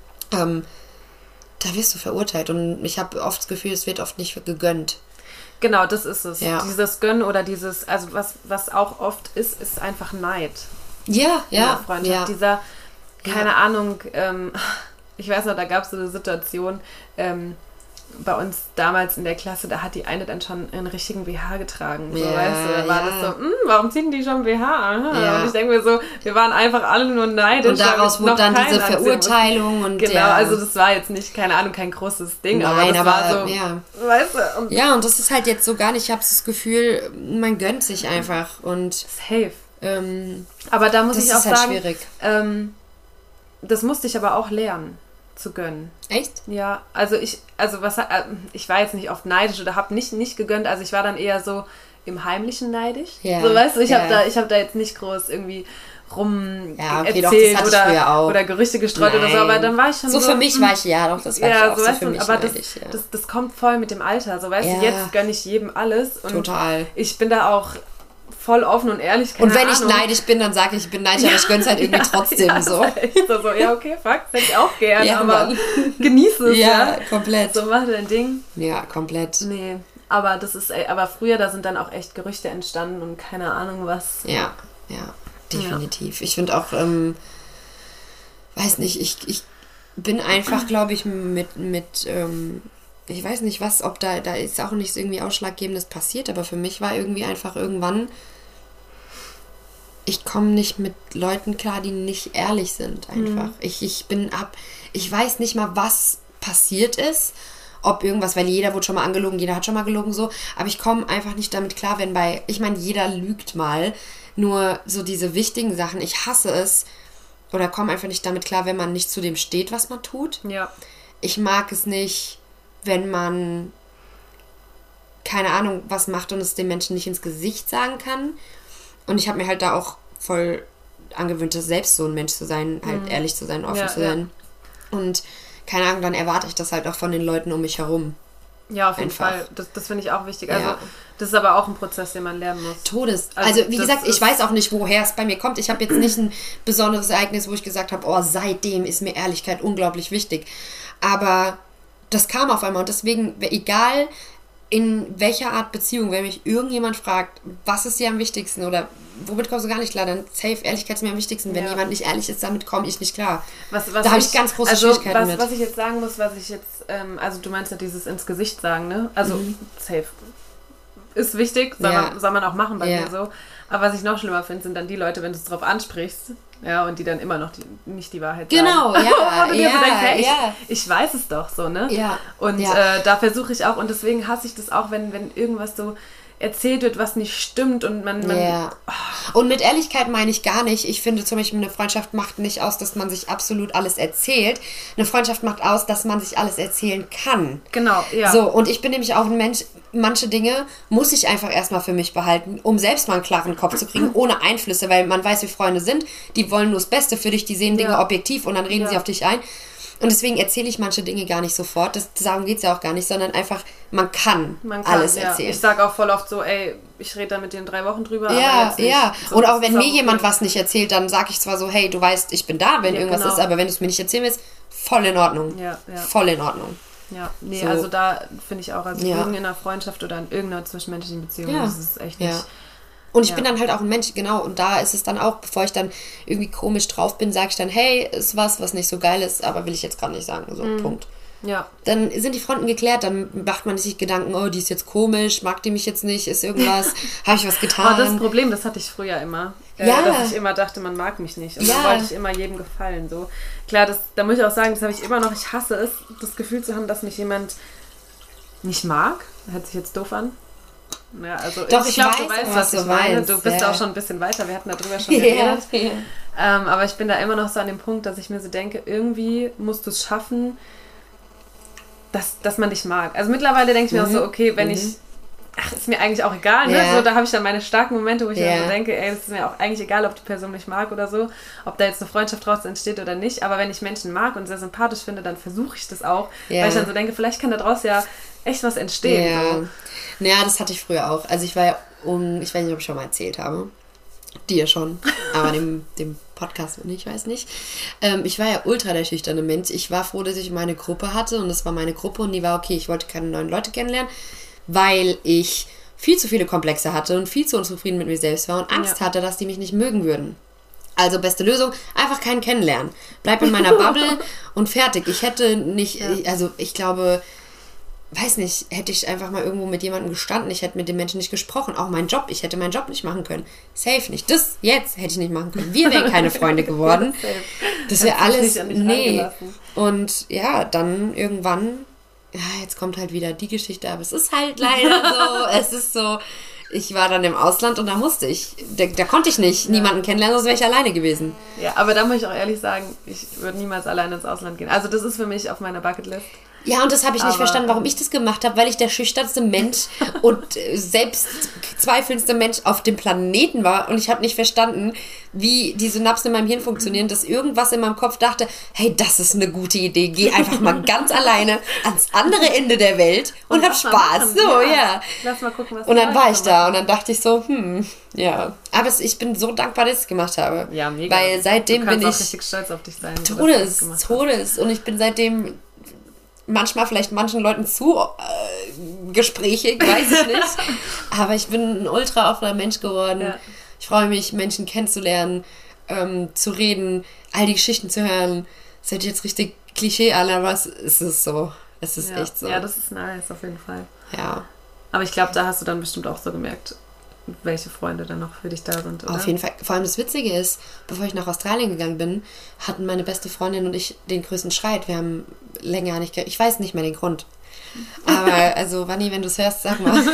da wirst du verurteilt und ich habe oft das Gefühl, es wird oft nicht gegönnt. Genau, das ist es. Ja. Dieses Gönnen oder dieses, also was auch oft ist einfach Neid. Ja. Freundschaft. Ja. Dieser, keine Ahnung, ich weiß noch, da gab es so eine Situation, bei uns damals in der Klasse, da hat die eine dann schon einen richtigen BH getragen. So, weißt du, da war das so, warum ziehen die schon BH? Ja. Und ich denke mir so, wir waren einfach alle nur neidisch. Und daraus wurde dann diese Verurteilung. Und genau, also das war jetzt nicht, keine Ahnung, kein großes Ding. Nein, aber das war so, weißt du. Und das ist halt jetzt so gar nicht, ich habe das Gefühl, man gönnt sich einfach. Und safe. Aber da muss ich auch halt sagen, schwierig. Das musste ich aber auch lernen zu gönnen. Echt? Ja, ich war jetzt nicht oft neidisch oder habe nicht gegönnt, also ich war dann eher so im Heimlichen neidisch. Ja. So, weißt du, ich habe da jetzt nicht groß irgendwie erzählt oder Gerüchte gestreut oder so, aber dann war ich schon so. So für mich war ich, das war ich auch so für mich aber neidisch, das kommt voll mit dem Alter, so weißt du, jetzt gönne ich jedem alles und total. Ich bin da auch voll offen und ehrlich. Und wenn ich neidisch bin, dann sage ich bin neidisch, aber ich gönn's halt irgendwie trotzdem so. Okay, fuck, das hätte ich auch gerne, aber genieße es. Ja, komplett. So, mach dein Ding. Ja, komplett. Nee, aber aber früher, da sind dann auch echt Gerüchte entstanden und keine Ahnung was. Ja, definitiv. Ich finde auch, weiß nicht, ich bin einfach, glaube ich, mit ich weiß nicht was, ob da ist auch nichts irgendwie Ausschlaggebendes passiert, aber für mich war irgendwie einfach irgendwann, ich komme nicht mit Leuten klar, die nicht ehrlich sind einfach. Ich weiß nicht mal, was passiert ist, ob irgendwas, weil jeder wurde schon mal angelogen, jeder hat schon mal gelogen so, aber ich komme einfach nicht damit klar, ich meine, jeder lügt mal, nur so diese wichtigen Sachen, ich hasse es, oder komme einfach nicht damit klar, wenn man nicht zu dem steht, was man tut. Ja. Ich mag es nicht, wenn man keine Ahnung, was macht und es den Menschen nicht ins Gesicht sagen kann. Und ich habe mir halt da auch voll angewöhnt, selbst so ein Mensch zu sein, halt ehrlich zu sein, offen zu sein. Und keine Ahnung, dann erwarte ich das halt auch von den Leuten um mich herum. Ja, auf jeden Fall. Das finde ich auch wichtig. Also das ist aber auch ein Prozess, den man lernen muss. Also wie gesagt, ich weiß auch nicht, woher es bei mir kommt. Ich habe jetzt nicht ein besonderes Ereignis, wo ich gesagt habe, oh, seitdem ist mir Ehrlichkeit unglaublich wichtig. Aber das kam auf einmal und deswegen, egal in welcher Art Beziehung, wenn mich irgendjemand fragt, was ist dir am wichtigsten oder womit kommst du gar nicht klar, dann safe, Ehrlichkeit ist mir am wichtigsten. Wenn jemand nicht ehrlich ist, damit komme ich nicht klar. Da habe ich ganz große Schwierigkeiten mit. Was ich jetzt sagen muss, was ich jetzt, also du meinst ja dieses ins Gesicht sagen, ne? Also safe. Ist wichtig, soll man auch machen bei mir so. Aber was ich noch schlimmer finde, sind dann die Leute, wenn du es drauf ansprichst, ja, und die dann immer noch nicht die Wahrheit sagen. Genau, ja. Und du dir so denkst, hey, ich weiß es doch so, ne? Ja. Und da versuche ich auch, und deswegen hasse ich das auch, wenn irgendwas so erzählt wird, was nicht stimmt und man Und mit Ehrlichkeit meine ich gar nicht. Ich finde zum Beispiel, eine Freundschaft macht nicht aus, dass man sich absolut alles erzählt. Eine Freundschaft macht aus, dass man sich alles erzählen kann. Genau, ja. So, und ich bin nämlich auch ein Mensch, manche Dinge muss ich einfach erstmal für mich behalten, um selbst mal einen klaren Kopf zu kriegen, ohne Einflüsse, weil man weiß, wie Freunde sind, die wollen nur das Beste für dich, die sehen Dinge objektiv und dann reden sie auf dich ein. Und deswegen erzähle ich manche Dinge gar nicht sofort. Darum geht es ja auch gar nicht, sondern einfach, man kann alles erzählen. Ich sage auch voll oft so, ey, ich rede da mit dir in 3 Wochen drüber. Ja. So, und auch wenn mir jemand was nicht erzählt, dann sage ich zwar so, hey, du weißt, ich bin da, wenn irgendwas ist, aber wenn du es mir nicht erzählen willst, voll in Ordnung. Ja. Voll in Ordnung. Ja, nee, so. Also da finde ich auch, also in einer Freundschaft oder in irgendeiner zwischenmenschlichen Beziehung, das ist echt nicht... Und ich bin dann halt auch ein Mensch, genau. Und da ist es dann auch, bevor ich dann irgendwie komisch drauf bin, sage ich dann, hey, ist was nicht so geil ist, aber will ich jetzt gerade nicht sagen. So, Punkt. Ja. Dann sind die Fronten geklärt, dann macht man sich Gedanken, oh, die ist jetzt komisch, mag die mich jetzt nicht, ist irgendwas, habe ich was getan? Das Problem, das hatte ich früher immer. Dass ich immer dachte, man mag mich nicht. Und dann wollte ich immer jedem gefallen. So. Klar, da muss ich auch sagen, das habe ich immer noch, ich hasse es, das Gefühl zu haben, dass mich jemand nicht mag. Hört sich jetzt doof an. Ja, also doch, ich glaube, du weißt, was ich meine. Du bist auch schon ein bisschen weiter, wir hatten darüber schon geredet. Aber ich bin da immer noch so an dem Punkt, dass ich mir so denke, irgendwie musst du es schaffen, dass man dich mag. Also mittlerweile denke ich mir auch so, okay, wenn ich, ist mir eigentlich auch egal, ne? So, da habe ich dann meine starken Momente, wo ich mir so denke, ey, es ist mir auch eigentlich egal, ob die Person mich mag oder so, ob da jetzt eine Freundschaft draus entsteht oder nicht, aber wenn ich Menschen mag und sehr sympathisch finde, dann versuche ich das auch, weil ich dann so denke, vielleicht kann daraus ja echt was entstehen. So. Naja, das hatte ich früher auch. Also ich war ja ich weiß nicht, ob ich schon mal erzählt habe. Dir schon, aber dem Podcast nicht, ich weiß nicht. Ich war ja ultra der schüchterne Mensch. Ich war froh, dass ich meine Gruppe hatte und das war meine Gruppe und die war okay. Ich wollte keine neuen Leute kennenlernen, weil ich viel zu viele Komplexe hatte und viel zu unzufrieden mit mir selbst war und Angst hatte, dass die mich nicht mögen würden. Also beste Lösung, einfach keinen kennenlernen. Bleib in meiner Bubble und fertig. Ich hätte nicht, also ich glaube... weiß nicht, hätte ich einfach mal irgendwo mit jemandem gestanden, ich hätte mit dem Menschen nicht gesprochen, auch mein Job, ich hätte meinen Job nicht machen können. Safe nicht. Das jetzt hätte ich nicht machen können. Wir wären keine Freunde geworden. Das wäre alles, Und ja, dann irgendwann, jetzt kommt halt wieder die Geschichte, aber es ist halt leider so, es ist so, ich war dann im Ausland und da musste ich, da konnte ich nicht niemanden kennenlernen, sonst wäre ich alleine gewesen. Ja, aber da muss ich auch ehrlich sagen, ich würde niemals alleine ins Ausland gehen. Also das ist für mich auf meiner Bucketlist. Ja, und das habe ich nicht verstanden, warum ich das gemacht habe, weil ich der schüchternste Mensch und selbstzweifelndste Mensch auf dem Planeten war und ich habe nicht verstanden, wie die Synapsen in meinem Hirn funktionieren, dass irgendwas in meinem Kopf dachte, hey, das ist eine gute Idee, geh einfach mal ganz alleine ans andere Ende der Welt und hab Spaß. So, Lass mal gucken, was und dann war ich da und dann dachte ich so, aber ich bin so dankbar, dass ich es gemacht habe. Ja, mega. Weil seitdem bin ich auch richtig stolz auf dich sein. Todes und ich bin seitdem manchmal vielleicht manchen Leuten zu gesprächig, weiß ich nicht. Aber ich bin ein ultra offener Mensch geworden. Ja. Ich freue mich, Menschen kennenzulernen, zu reden, all die Geschichten zu hören. Das hört jetzt richtig Klischee an, aber es ist so. Es ist echt so. Ja, das ist nice, auf jeden Fall. Ja. Aber ich glaube, da hast du dann bestimmt auch so gemerkt, welche Freunde dann noch für dich da sind, oder? Auf jeden Fall. Vor allem das Witzige ist, bevor ich nach Australien gegangen bin, hatten meine beste Freundin und ich den größten Streit. Wir haben länger nicht... Ich weiß nicht mehr den Grund. Aber, also, Vanni, wenn du es hörst, sag mal.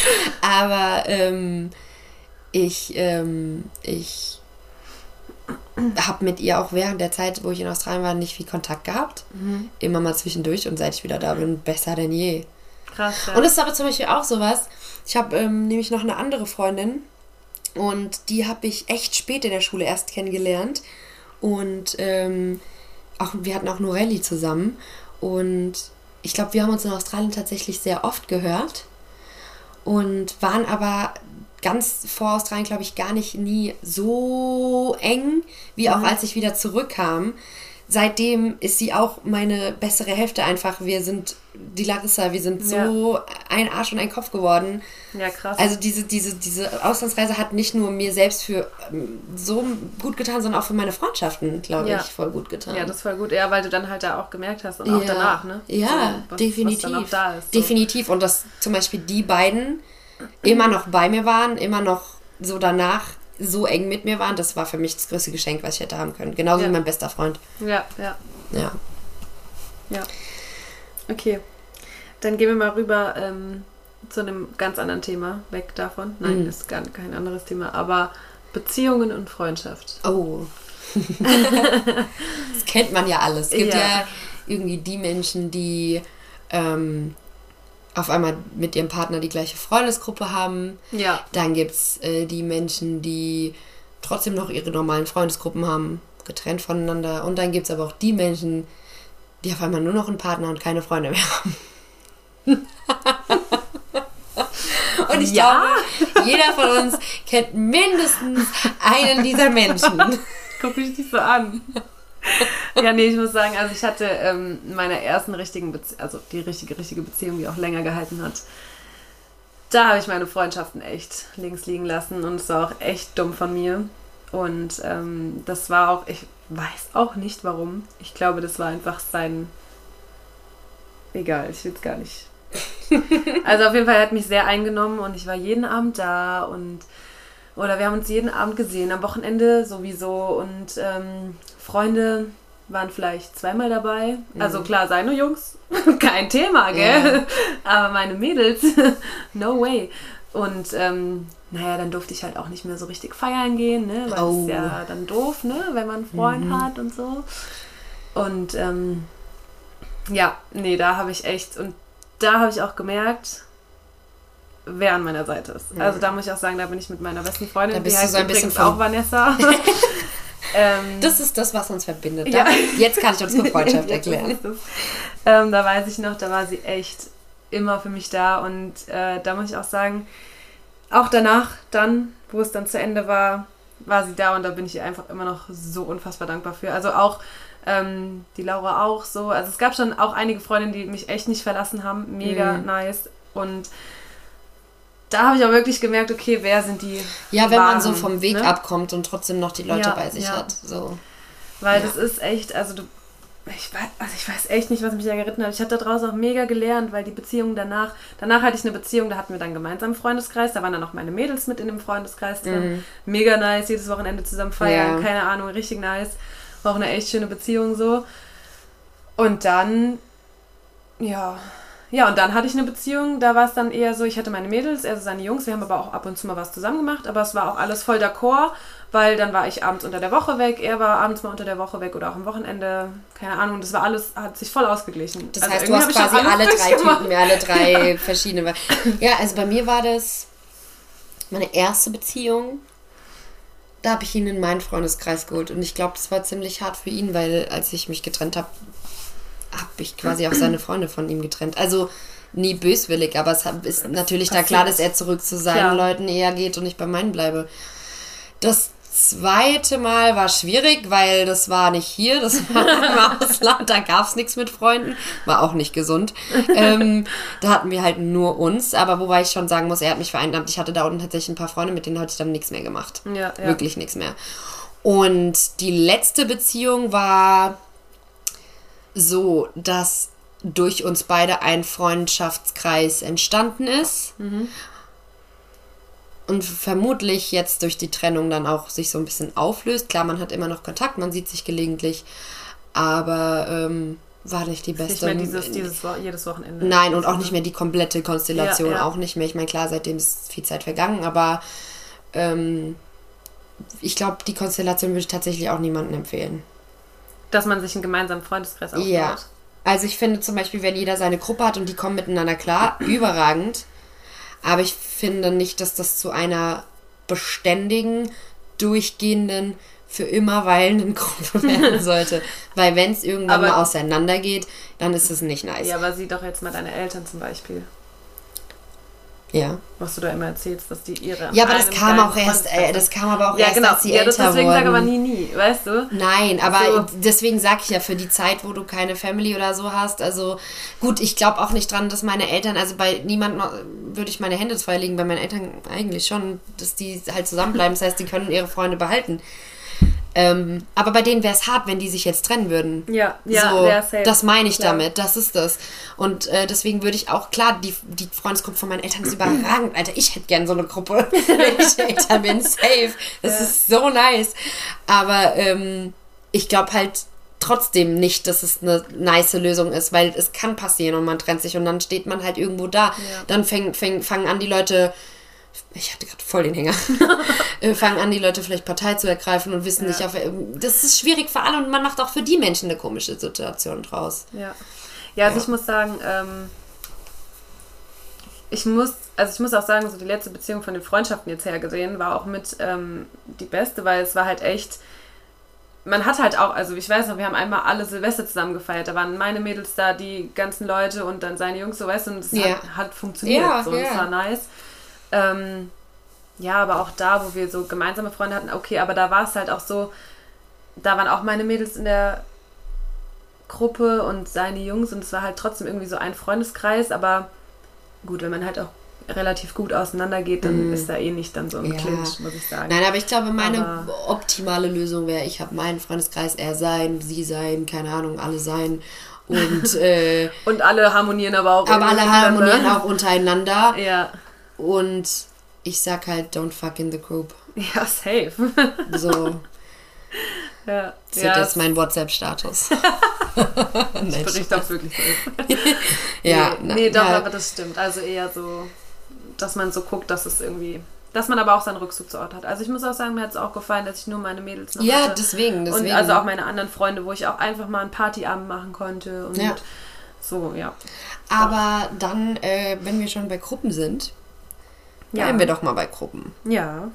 Aber, habe mit ihr auch während der Zeit, wo ich in Australien war, nicht viel Kontakt gehabt. Immer mal zwischendurch und seit ich wieder da bin, besser denn je. Krass, ja. Und das ist aber zum Beispiel auch sowas. Ich habe nämlich noch eine andere Freundin und die habe ich echt spät in der Schule erst kennengelernt. Und wir hatten auch nur Rallye zusammen. Und ich glaube, wir haben uns in Australien tatsächlich sehr oft gehört und waren aber ganz vor Australien, glaube ich, gar nicht nie so eng, wie auch als ich wieder zurückkam. Seitdem ist sie auch meine bessere Hälfte einfach. Wir sind, die Larissa, wir sind so ein Arsch und ein Kopf geworden. Ja, krass. Also diese Auslandsreise hat nicht nur mir selbst für so gut getan, sondern auch für meine Freundschaften, glaube ich, voll gut getan. Ja, das ist voll gut. Ja, weil du dann halt da auch gemerkt hast und auch danach, ne? Ja, so, definitiv. Was dann auch da ist, so. Definitiv. Und dass zum Beispiel die beiden immer noch bei mir waren, immer noch so danach so eng mit mir waren, das war für mich das größte Geschenk, was ich hätte haben können. Genauso wie mein bester Freund. Ja. Okay. Dann gehen wir mal rüber zu einem ganz anderen Thema, weg davon. Nein, das ist gar kein anderes Thema, aber Beziehungen und Freundschaft. Oh. Das kennt man ja alles. Es gibt ja irgendwie die Menschen, die auf einmal mit ihrem Partner die gleiche Freundesgruppe haben. Ja. Dann gibt es die Menschen, die trotzdem noch ihre normalen Freundesgruppen haben, getrennt voneinander. Und dann gibt es aber auch die Menschen, die auf einmal nur noch einen Partner und keine Freunde mehr haben. Und ich glaube, jeder von uns kennt mindestens einen dieser Menschen. Guck mich nicht so an. Ja, nee, ich muss sagen, also ich hatte in meiner ersten richtigen Beziehung, also die richtige Beziehung, die auch länger gehalten hat, da habe ich meine Freundschaften echt links liegen lassen und es war auch echt dumm von mir. Und das war auch, ich weiß auch nicht warum. Ich glaube, das war einfach egal, ich will es gar nicht. Also auf jeden Fall hat mich sehr eingenommen und ich war jeden Abend da oder wir haben uns jeden Abend gesehen, am Wochenende sowieso und Freunde waren vielleicht zweimal dabei. Also klar, seine Jungs, kein Thema, gell? Ja. Aber meine Mädels, no way. Und dann durfte ich halt auch nicht mehr so richtig feiern gehen, ne? Weil es ist ja dann doof, ne? Wenn man einen Freund hat und so. Und da habe ich echt, und da habe ich auch gemerkt, wer an meiner Seite ist. Ja. Also da muss ich auch sagen, da bin ich mit meiner besten Freundin, die heißt so übrigens auch Vanessa. Das ist das, was uns verbindet. Ja. Jetzt kann ich uns eine Freundschaft erklären. Da weiß ich noch, da war sie echt immer für mich da und da muss ich auch sagen, auch danach dann, wo es dann zu Ende war, war sie da und da bin ich ihr einfach immer noch so unfassbar dankbar für. Also auch die Laura auch so. Also es gab schon auch einige Freundinnen, die mich echt nicht verlassen haben. Mega nice. Und da habe ich auch wirklich gemerkt, okay, wer sind die Ja, wenn man so vom Weg abkommt und trotzdem noch die Leute bei sich hat. So. Weil das ist echt, ich weiß echt nicht, was mich da geritten hat. Ich habe da draußen auch mega gelernt, weil die Beziehung danach hatte ich eine Beziehung, da hatten wir dann gemeinsam einen Freundeskreis, da waren dann auch meine Mädels mit in dem Freundeskreis drin. Mega nice, jedes Wochenende zusammen feiern, keine Ahnung, richtig nice. War auch eine echt schöne Beziehung so. Und dann, und dann hatte ich eine Beziehung, da war es dann eher so, ich hatte meine Mädels, er so seine Jungs, wir haben aber auch ab und zu mal was zusammen gemacht, aber es war auch alles voll d'accord, weil dann war ich abends unter der Woche weg, er war abends mal unter der Woche weg oder auch am Wochenende, keine Ahnung, das war alles, hat sich voll ausgeglichen. Das heißt, du hast quasi alle drei Typen, alle drei verschiedene. Ja, also bei mir war das meine erste Beziehung. Da habe ich ihn in meinen Freundeskreis geholt und ich glaube, das war ziemlich hart für ihn, weil als ich mich getrennt habe, habe ich quasi auch seine Freunde von ihm getrennt. Also nie böswillig, aber es ist natürlich da klar, dass er zurück zu seinen Leuten eher geht und ich bei meinen bleibe. Das zweite Mal war schwierig, weil das war nicht hier, das war im Ausland, da gab es nichts mit Freunden, war auch nicht gesund. Da hatten wir halt nur uns, aber wobei ich schon sagen muss, er hat mich vereinnahmt. Ich hatte da unten tatsächlich ein paar Freunde, mit denen hatte ich dann nichts mehr gemacht. Ja. Wirklich nichts mehr. Und die letzte Beziehung war so, dass durch uns beide ein Freundschaftskreis entstanden ist. Und vermutlich jetzt durch die Trennung dann auch sich so ein bisschen auflöst. Klar, man hat immer noch Kontakt, man sieht sich gelegentlich, aber war nicht die beste. Nicht mehr jedes Wochenende. Nein, und auch nicht mehr die komplette Konstellation, auch nicht mehr. Ich meine, klar, seitdem ist viel Zeit vergangen, aber ich glaube, die Konstellation würde ich tatsächlich auch niemandem empfehlen. Dass man sich einen gemeinsamen Freundeskreis aufbaut. Ja. Also ich finde zum Beispiel, wenn jeder seine Gruppe hat und die kommen miteinander klar, überragend. Aber ich finde nicht, dass das zu einer beständigen, durchgehenden, für immer weilenden Gruppe werden sollte. Weil wenn es irgendwann mal auseinandergeht, dann ist es nicht nice. Ja, aber sieh doch jetzt mal deine Eltern zum Beispiel. Ja. Was du da immer erzählst, dass die ihre... Ja, aber das kam aber auch erst, als sie älter wurden. Deswegen sag aber nie, weißt du? Nein, aber deswegen sag ich ja, für die Zeit, wo du keine Family oder so hast, also gut, ich glaube auch nicht dran, dass meine Eltern, also bei niemandem würde ich meine Hände ins Feuer legen, bei meinen Eltern eigentlich schon, dass die halt zusammenbleiben, das heißt, die können ihre Freunde behalten. Aber bei denen wäre es hart, wenn die sich jetzt trennen würden. Ja, so, safe. Das meine ich damit, das ist das. Und deswegen würde ich auch, klar, die Freundesgruppe von meinen Eltern ist überragend. Alter, ich hätte gern so eine Gruppe, wenn ich älter bin, safe. Das ist so nice. Aber ich glaube halt trotzdem nicht, dass es eine nice Lösung ist, weil es kann passieren und man trennt sich und dann steht man halt irgendwo da. Ja. Dann fangen an die Leute... Ich hatte gerade voll den Hänger. Fangen an, die Leute vielleicht Partei zu ergreifen und wissen nicht, das ist schwierig für alle und man macht auch für die Menschen eine komische Situation draus. Ja, also ich muss sagen, ich muss auch sagen, so die letzte Beziehung von den Freundschaften jetzt her gesehen, war auch mit die beste, weil es war halt echt, man hat halt auch, also ich weiß noch, wir haben einmal alle Silvester zusammen gefeiert, da waren meine Mädels da, die ganzen Leute und dann seine Jungs, so weißt du, und das hat funktioniert, so, und es war nice. Ja, aber auch da, wo wir so gemeinsame Freunde hatten, okay, aber da war es halt auch so, da waren auch meine Mädels in der Gruppe und seine Jungs und es war halt trotzdem irgendwie so ein Freundeskreis, aber gut, wenn man halt auch relativ gut auseinandergeht, dann ist da eh nicht dann so ein Clinch, muss ich sagen. Nein, aber ich glaube, meine optimale Lösung wäre, ich habe meinen Freundeskreis, er sein, sie sein, keine Ahnung, alle sein und und alle harmonieren aber auch auch untereinander. Ja. Und ich sag halt, don't fuck in the group. Ja, safe. So. Ja. Das wird jetzt mein WhatsApp-Status. Ich berichte das wirklich so. Aber das stimmt. Also eher so, dass man so guckt, dass es irgendwie... Dass man aber auch seinen Rückzugsort hat. Also ich muss auch sagen, mir hat es auch gefallen, dass ich nur meine Mädels noch hatte. Ja, deswegen. Und also auch meine anderen Freunde, wo ich auch einfach mal einen Partyabend machen konnte. Und so, ja. Aber dann, wenn wir schon bei Gruppen sind... Bleiben wir doch mal bei Gruppen. Ja.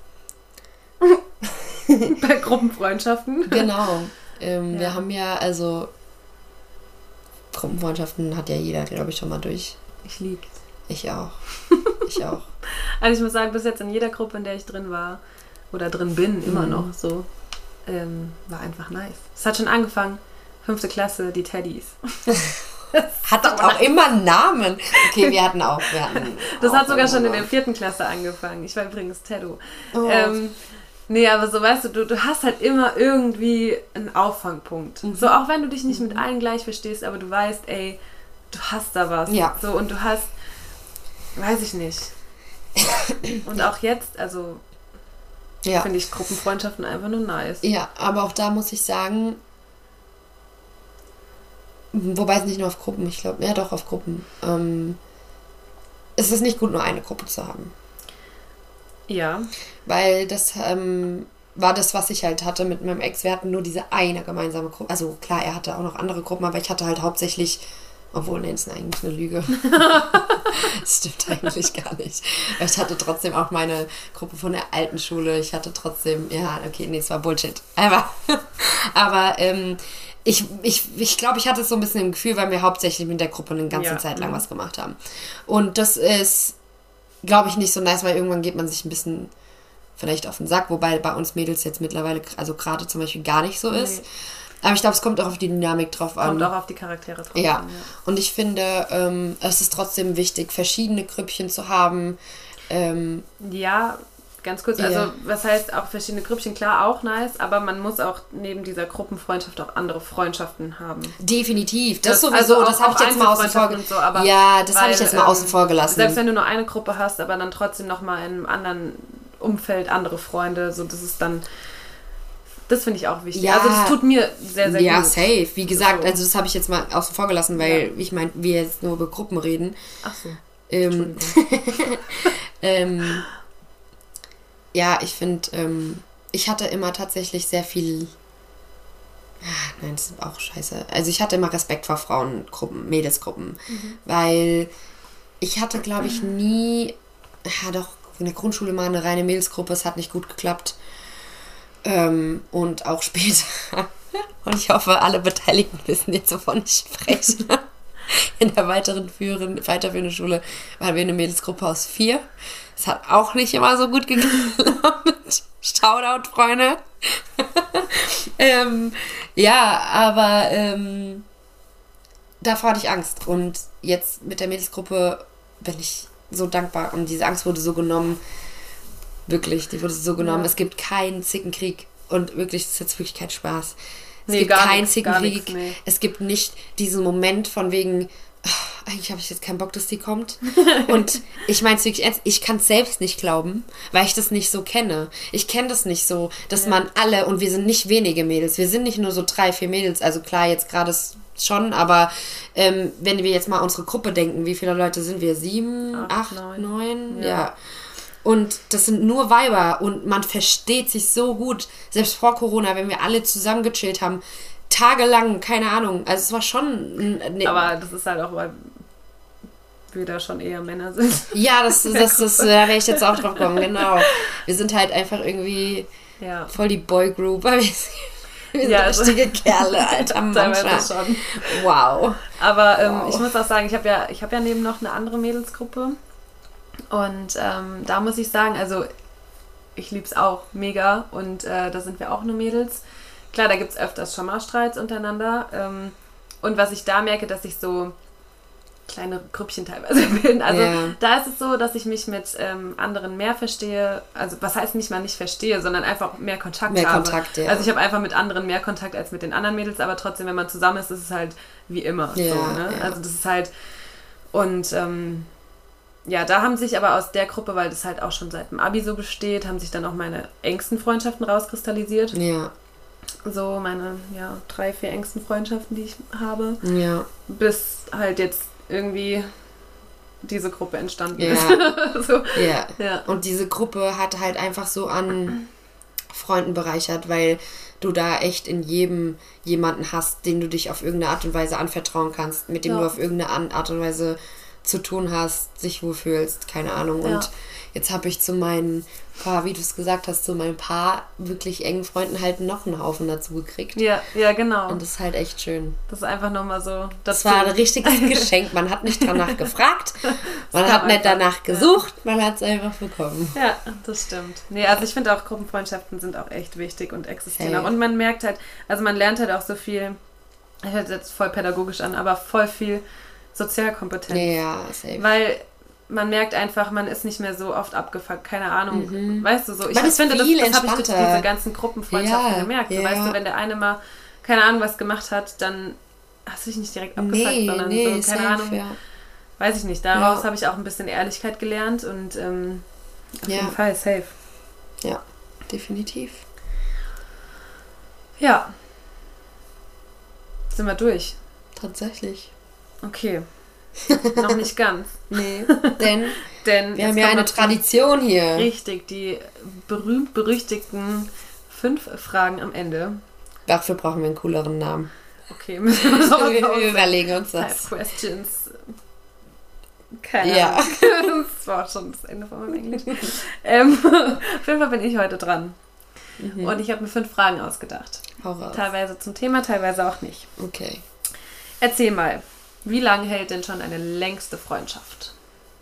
Bei Gruppenfreundschaften. Genau. Wir haben ja, also Gruppenfreundschaften hat ja jeder, glaube ich, schon mal durch. Ich lieb's. Ich auch. Also ich muss sagen, bis jetzt in jeder Gruppe, in der ich drin war, oder drin bin, immer noch so, war einfach nice. Es hat schon angefangen, 5. Klasse, die Teddys. Hat das auch immer einen Namen? Okay, wir hatten das auch hat sogar schon in der 4. Klasse angefangen. Ich war übrigens Teddo. Oh. Nee, aber so weißt du hast halt immer irgendwie einen Auffangpunkt. So, auch wenn du dich nicht mit allen gleich verstehst, aber du weißt, ey, du hast da was. Ja. So, und du hast, weiß ich nicht. Und auch jetzt, also finde ich Gruppenfreundschaften einfach nur nice. Ja, aber auch da muss ich sagen, wobei es nicht nur auf Gruppen, ich glaube, ja doch auf Gruppen. Es ist nicht gut, nur eine Gruppe zu haben. Ja. Weil das war das, was ich halt hatte mit meinem Ex. Wir hatten nur diese eine gemeinsame Gruppe. Also klar, er hatte auch noch andere Gruppen, aber ich hatte halt hauptsächlich, obwohl, nee, das ist eigentlich eine Lüge. Das stimmt eigentlich gar nicht. Aber ich hatte trotzdem auch meine Gruppe von der alten Schule. Ich hatte trotzdem, es war Bullshit. Aber ich glaube, ich hatte es so ein bisschen im Gefühl, weil wir hauptsächlich mit der Gruppe eine ganze Zeit lang was gemacht haben. Und das ist, glaube ich, nicht so nice, weil irgendwann geht man sich ein bisschen vielleicht auf den Sack, wobei bei uns Mädels jetzt mittlerweile, also gerade zum Beispiel gar nicht so ist. Aber ich glaube, es kommt auch auf die Dynamik drauf an. Kommt auch auf die Charaktere drauf an. Ja, und ich finde, es ist trotzdem wichtig, verschiedene Grüppchen zu haben. Ganz kurz, also was heißt auch verschiedene Grüppchen, klar, auch nice, aber man muss auch neben dieser Gruppenfreundschaft auch andere Freundschaften haben. Definitiv, das sowieso, also das habe ich jetzt mal außen vor gelassen. So, das habe ich jetzt mal außen vor gelassen. Selbst wenn du nur eine Gruppe hast, aber dann trotzdem nochmal in einem anderen Umfeld andere Freunde, so das ist dann, das finde ich auch wichtig. Ja, also das tut mir sehr, sehr gut. Ja, safe. Wie gesagt, also das habe ich jetzt mal außen vor gelassen, weil ich meine, wir jetzt nur über Gruppen reden. Ach so. Ja, ich finde, ich hatte immer tatsächlich sehr viel... Nein, das ist auch scheiße. Also ich hatte immer Respekt vor Frauengruppen, Mädelsgruppen. Weil ich hatte, glaube ich, nie... Ja, doch, in der Grundschule mal eine reine Mädelsgruppe. Es hat nicht gut geklappt. Und auch später. Und ich hoffe, alle Beteiligten wissen jetzt, wovon ich spreche. In der weiterführenden Schule waren wir eine Mädelsgruppe aus 4. Es hat auch nicht immer so gut geklappt. Shoutout, Freunde. Ja, aber davor hatte ich Angst. Und jetzt mit der Mädelsgruppe bin ich so dankbar. Und diese Angst wurde so genommen. Wirklich, die wurde so genommen. Ja. Es gibt keinen Zickenkrieg. Und wirklich, es ist jetzt wirklich kein Spaß. Es gibt keinen Zickenkrieg. Nee. Es gibt nicht diesen Moment von wegen, eigentlich habe ich jetzt keinen Bock, dass die kommt. Und ich meine es wirklich ernst, ich kann es selbst nicht glauben, weil ich das nicht so kenne. Ich kenne das nicht so, dass man alle, und wir sind nicht wenige Mädels, wir sind nicht nur so 3, 4 Mädels, also klar, jetzt gerade schon, aber wenn wir jetzt mal unsere Gruppe denken, wie viele Leute sind wir? 7, 8, 9? Ja. Und das sind nur Weiber und man versteht sich so gut. Selbst vor Corona, wenn wir alle zusammen gechillt haben, tagelang, keine Ahnung. Also es war schon... Aber das ist halt auch, weil wir da schon eher Männer sind. Ja, da wäre ich jetzt auch drauf gekommen, genau. Wir sind halt einfach irgendwie voll die Boygroup. Wir sind richtige Kerle, Alter. Teilweise schon. Wow. Aber ich muss auch sagen, ich hab ja neben noch eine andere Mädelsgruppe. Und da muss ich sagen, also ich lieb's auch mega und da sind wir auch nur Mädels. Klar, da gibt's öfters schon mal Streits untereinander. Und was ich da merke, dass ich so kleine Grüppchen teilweise bin. Also da ist es so, dass ich mich mit anderen mehr verstehe. Also was heißt nicht mal nicht verstehe, sondern einfach mehr Kontakt habe. Kontakt, ja. Also ich habe einfach mit anderen mehr Kontakt als mit den anderen Mädels, aber trotzdem, wenn man zusammen ist es halt wie immer. Ja, so, ne? Ja. Also das ist halt... Und ja, da haben sich aber aus der Gruppe, weil das halt auch schon seit dem Abi so besteht, haben sich dann auch meine engsten Freundschaften rauskristallisiert. Ja. So meine 3, 4 engsten Freundschaften, die ich habe. Ja. Bis halt jetzt irgendwie diese Gruppe entstanden ist. So. Ja. Und diese Gruppe hat halt einfach so an Freunden bereichert, weil du da echt in jedem jemanden hast, den du dich auf irgendeine Art und Weise anvertrauen kannst, mit dem du auf irgendeine Art und Weise zu tun hast, sich wohlfühlst, keine Ahnung. Und jetzt habe ich zu meinen paar, wie du es gesagt hast, zu meinen paar wirklich engen Freunden halt noch einen Haufen dazu gekriegt. Ja, genau. Und das ist halt echt schön. Das ist einfach nochmal so... Das war ein richtiges Geschenk. Man hat nicht danach gefragt, man hat nicht danach gesucht, man hat es einfach bekommen. Ja, das stimmt. Nee, also ich finde auch, Gruppenfreundschaften sind auch echt wichtig und existieren auch. Und man merkt halt, also man lernt halt auch so viel, ich hört jetzt voll pädagogisch an, aber voll viel Sozialkompetenz. Ja, safe. Weil man merkt einfach, man ist nicht mehr so oft abgefuckt, keine Ahnung, weißt du so. Ich finde, das habe ich durch diese ganzen Gruppenfreundschaften gemerkt. So, weißt du, wenn der eine mal, keine Ahnung, was gemacht hat, dann hast du dich nicht direkt abgefuckt, sondern so, keine safe, Ahnung, weiß ich nicht. Daraus habe ich auch ein bisschen Ehrlichkeit gelernt und auf jeden Fall safe. Ja, definitiv. Ja. Sind wir durch? Tatsächlich. Okay. Noch nicht ganz. Nee, denn wir haben ja eine noch Tradition hier. Richtig, die berühmt-berüchtigten 5 Fragen am Ende. Dafür brauchen wir einen cooleren Namen. Okay, müssen wir noch wir überlegen uns das. 5 Questions. Keine Ahnung. Das war auch schon das Ende von meinem Englisch. Auf jeden Fall bin ich heute dran. Und ich habe mir 5 Fragen ausgedacht. Hau raus. Teilweise zum Thema, teilweise auch nicht. Okay. Erzähl mal. Wie lange hält denn schon eine längste Freundschaft?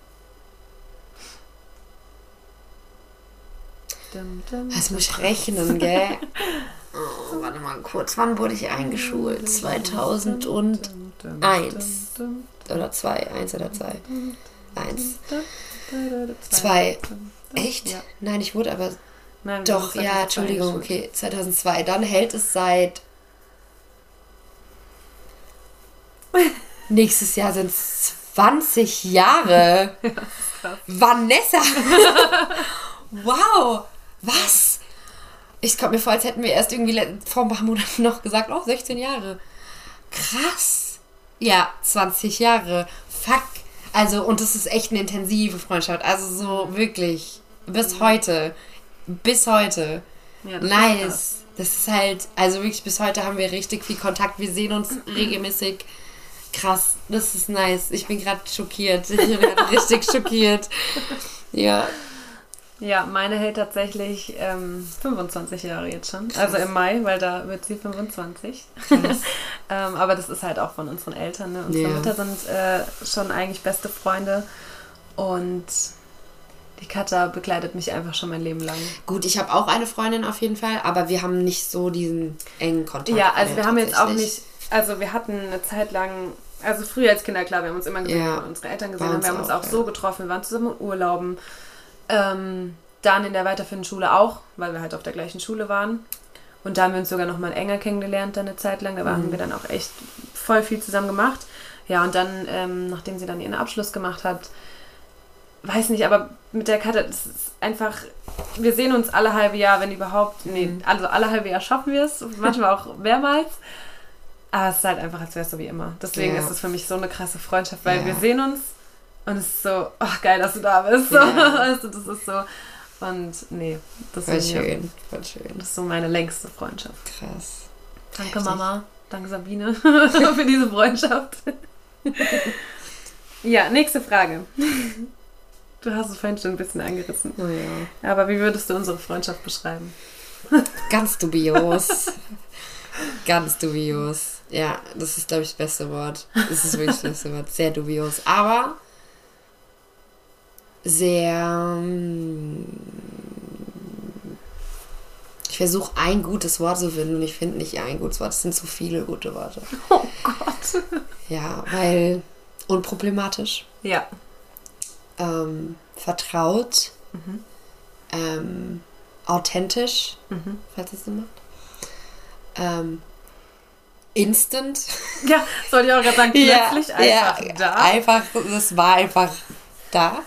Das muss ich rechnen, gell? Oh, warte mal kurz. Wann wurde ich eingeschult? 2001. Oder 2. 1 oder 2. 1. 2. Echt? Ja. Nein, ich wurde aber... Nein, doch, ja, Entschuldigung. Okay, 2002. Dann hält es seit... Nächstes Jahr sind es 20 Jahre. Ja, das ist krass. Vanessa! Wow! Was? Ich komme mir vor, als hätten wir erst irgendwie vor ein paar Monaten noch gesagt, 16 Jahre. Krass! Ja, 20 Jahre. Fuck! Also, und das ist echt eine intensive Freundschaft. Also so wirklich. Bis heute. Bis heute. Ja, das nice. Das ist halt, also wirklich bis heute haben wir richtig viel Kontakt. Wir sehen uns regelmäßig. Krass, das ist nice. Ich bin gerade schockiert. Ich bin gerade richtig schockiert. Ja. Ja, meine hält tatsächlich 25 Jahre jetzt schon. Krass. Also im Mai, weil da wird sie 25. Aber das ist halt auch von unseren Eltern. Ne? Unsere Mütter sind schon eigentlich beste Freunde. Und die Katja begleitet mich einfach schon mein Leben lang. Gut, ich habe auch eine Freundin auf jeden Fall, aber wir haben nicht so diesen engen Kontakt. Ja, also wir haben jetzt auch nicht, also wir hatten eine Zeit lang, also früher als Kinder, klar, wir haben uns immer gesehen, wenn unsere Eltern gesehen haben, wir haben uns auch so getroffen, wir waren zusammen in Urlauben. Dann in der weiterführenden Schule auch, weil wir halt auf der gleichen Schule waren. Und da haben wir uns sogar noch mal enger kennengelernt dann eine Zeit lang. Da haben wir dann auch echt voll viel zusammen gemacht. Ja, und dann, nachdem sie dann ihren Abschluss gemacht hat, weiß nicht, aber mit der Katja, das ist einfach, wir sehen uns alle halbe Jahr, wenn überhaupt, also alle halbe Jahr schaffen wir es, manchmal auch mehrmals. Aber es ist halt einfach, als wäre es so wie immer. Deswegen ist es für mich so eine krasse Freundschaft, weil wir sehen uns und es ist so, ach geil, dass du da bist. So, weißt du, das ist so. Und nee, das voll schön, voll schön. Das ist so meine längste Freundschaft. Krass. Danke Heftig. Mama, danke Sabine für diese Freundschaft. Ja, nächste Frage. Du hast es vorhin schon ein bisschen angerissen. Oh ja. Aber wie würdest du unsere Freundschaft beschreiben? Ganz dubios. Ganz dubios. Ja, das ist, glaube ich, das beste Wort. Das ist wirklich das beste Wort. Sehr dubios. Aber sehr... Ich versuche ein gutes Wort zu finden und ich finde nicht ein gutes Wort. Es sind zu viele gute Worte. Oh Gott. Ja, weil... Unproblematisch. Ja. Vertraut. Authentisch. Falls es Sinn macht. Instant. Ja, sollte ich auch gerade sagen, plötzlich einfach da. Einfach, das war einfach da.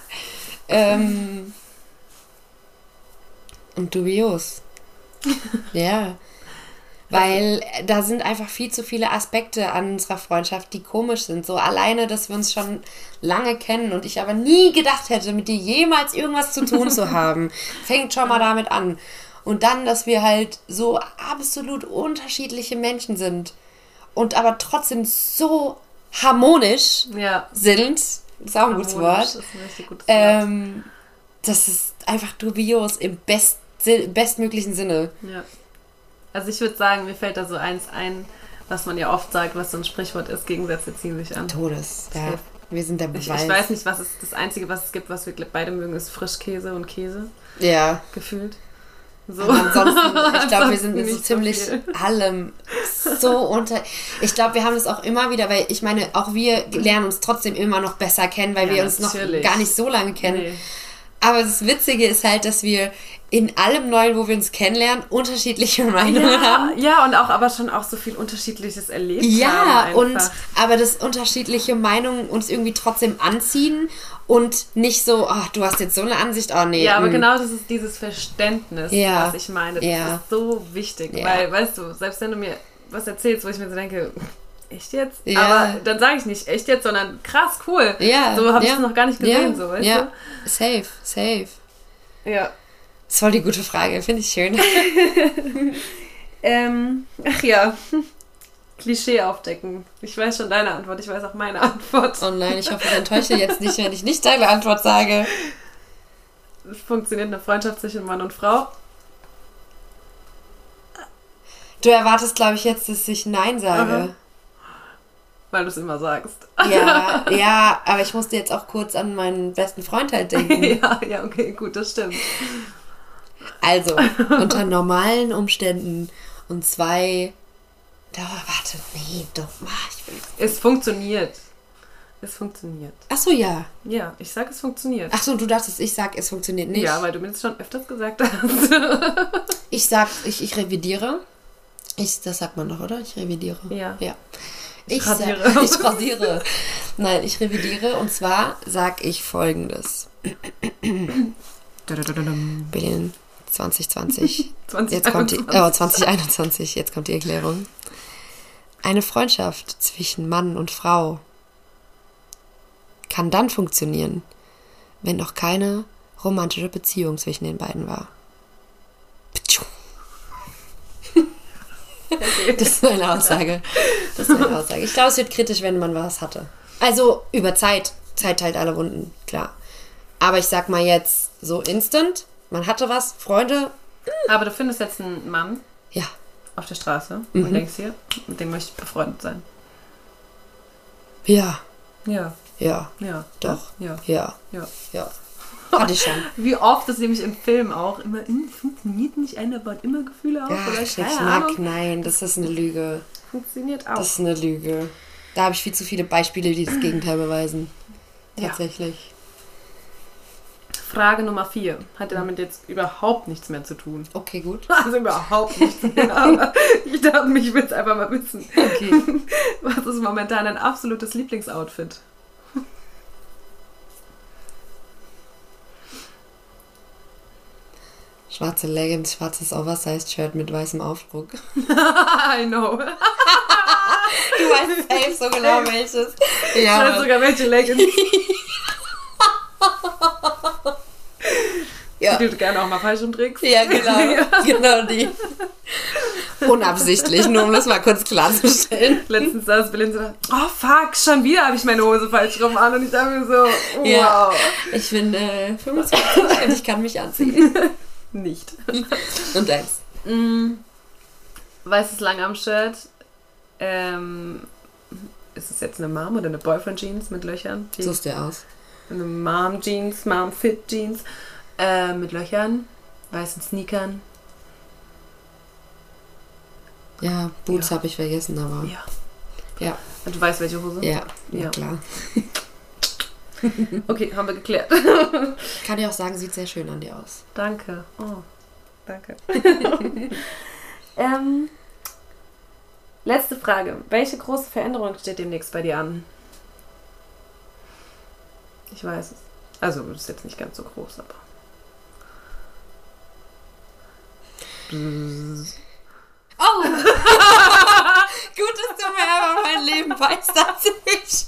Und dubios. Ja. Weil da sind einfach viel zu viele Aspekte an unserer Freundschaft, die komisch sind. So alleine, dass wir uns schon lange kennen und ich aber nie gedacht hätte, mit dir jemals irgendwas zu tun zu haben. Fängt schon mal damit an. Und dann, dass wir halt so absolut unterschiedliche Menschen sind und aber trotzdem so harmonisch sind. Das ist auch ein gutes Wort. Das ist ein richtig gutes Wort. Das ist einfach dubios im bestmöglichen Sinne. Ja. Also ich würde sagen, mir fällt da so eins ein, was man ja oft sagt, was so ein Sprichwort ist, Gegensätze ziehen sich an. Todes, ja. Wir sind der Beweis. Ich weiß nicht, was es das Einzige, was es gibt, was wir beide mögen, ist Frischkäse und Käse. Ja. Gefühlt. So. Aber ansonsten, ich glaube, wir sind in so ziemlich allem so unter... Ich glaube, wir haben das auch immer wieder, weil ich meine, auch wir lernen uns trotzdem immer noch besser kennen, weil wir uns noch gar nicht so lange kennen. Nee. Aber das Witzige ist halt, dass wir in allem Neuen, wo wir uns kennenlernen, unterschiedliche Meinungen haben. Ja, und aber schon auch so viel Unterschiedliches erlebt haben. Ja, aber dass unterschiedliche Meinungen uns irgendwie trotzdem anziehen und nicht so, ach, du hast jetzt so eine Ansicht, oh nee. Ja, aber genau das ist dieses Verständnis, was ich meine. Das ist so wichig, weil, weißt du, selbst wenn du mir was erzählst, wo ich mir so denke... Echt jetzt? Ja. Aber dann sage ich nicht echt jetzt, sondern krass, cool. Ja. So habe ich es noch gar nicht gesehen, so, weißt du? Safe. Ja. Das ist voll die gute Frage, finde ich schön. Ach ja. Klischee aufdecken. Ich weiß schon deine Antwort, ich weiß auch meine Antwort. Oh nein, ich hoffe, ich enttäusche jetzt nicht, wenn ich nicht deine Antwort sage. Funktioniert eine Freundschaft zwischen Mann und Frau? Du erwartest, glaube ich, jetzt, dass ich Nein sage. Aha. Weil du es immer sagst. Ja, aber ich musste jetzt auch kurz an meinen besten Freund halt denken. ja, okay, gut, das stimmt. Also, unter normalen Umständen und zwei... Es funktioniert. Ach so, ja. Ja, ich sag, es funktioniert. Ach so, du dachtest, ich sag, es funktioniert nicht. Ja, weil du mir das schon öfters gesagt hast. Ich sag, ich revidiere. Das sagt man doch, oder? Ich revidiere. Ja. Ich radiere. Nein, ich revidiere und zwar sag ich Folgendes. Berlin 2020. 2021. Jetzt kommt die Erklärung. Eine Freundschaft zwischen Mann und Frau kann dann funktionieren, wenn noch keine romantische Beziehung zwischen den beiden war. Das ist meine Aussage. Ich glaube, es wird kritisch, wenn man was hatte. Also über Zeit. Zeit teilt alle Wunden, klar. Aber ich sag mal jetzt so instant, man hatte was, Freunde. Aber du findest jetzt einen Mann Ja. auf der Straße und denkst hier, mit dem möchte ich befreundet sein. Ja. Ja. Ja. Ja. Doch. Ja. Ja. Ja. Ja. Hatte ich schon. Wie oft das nämlich im Film auch immer, funktioniert nicht, einer baut immer Gefühle auf. Ja, Oder Schnickschnack, nein, das ist eine Lüge. Funktioniert auch. Das ist eine Lüge. Da habe ich viel zu viele Beispiele, die das Gegenteil beweisen. Tatsächlich. Frage Nummer 4. Hatte damit jetzt überhaupt nichts mehr zu tun. Okay, gut. Also überhaupt nichts mehr. Aber ich dachte, mich will es einfach mal wissen. Okay. Was ist momentan dein absolutes Lieblingsoutfit? Schwarze Leggings, schwarzes Oversized-Shirt mit weißem Aufdruck. I know. Du weißt safe so genau welches. Ich weiß sogar welche Leggings. Ja. Die du gerne auch mal falsch umträgst. Ja, genau. Ja. Genau die. Unabsichtlich, nur um das mal kurz klarzustellen. Letztens saß Belinda so, oh fuck, schon wieder habe ich meine Hose falsch rum an und ich dachte mir so, wow. Ja, ich bin 25 und ich kann mich anziehen. Nicht. Und deins? Weißes Langarm-Shirt. Ist es jetzt eine Mom- oder eine Boyfriend-Jeans mit Löchern? Suchst dir aus. Eine Mom-Jeans, Mom-Fit-Jeans mit Löchern, weißen Sneakern. Ja, Boots Ja. habe ich vergessen, aber... Ja. Ja. Und du weißt, welche Hose? Ja, Ja. klar. Okay, haben wir geklärt. Kann dir auch sagen, sieht sehr schön an dir aus. Danke. Oh, danke. Letzte Frage. Welche große Veränderung steht demnächst bei dir an? Ich weiß es. Also, das ist jetzt nicht ganz so groß, aber... Oh! Gut, dass du mehr über mein Leben weißt als ich.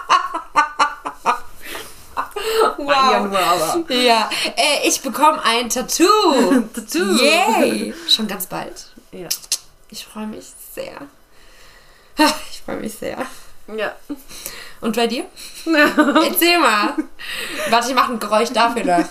Ja, nur aber. Ja, ich bekomme ein Tattoo. Tattoo. Yay! Schon ganz bald. Ja. Ich freue mich sehr. Ich freue mich sehr. Ja. Und bei dir? Erzähl mal. Warte, ich mache ein Geräusch dafür noch.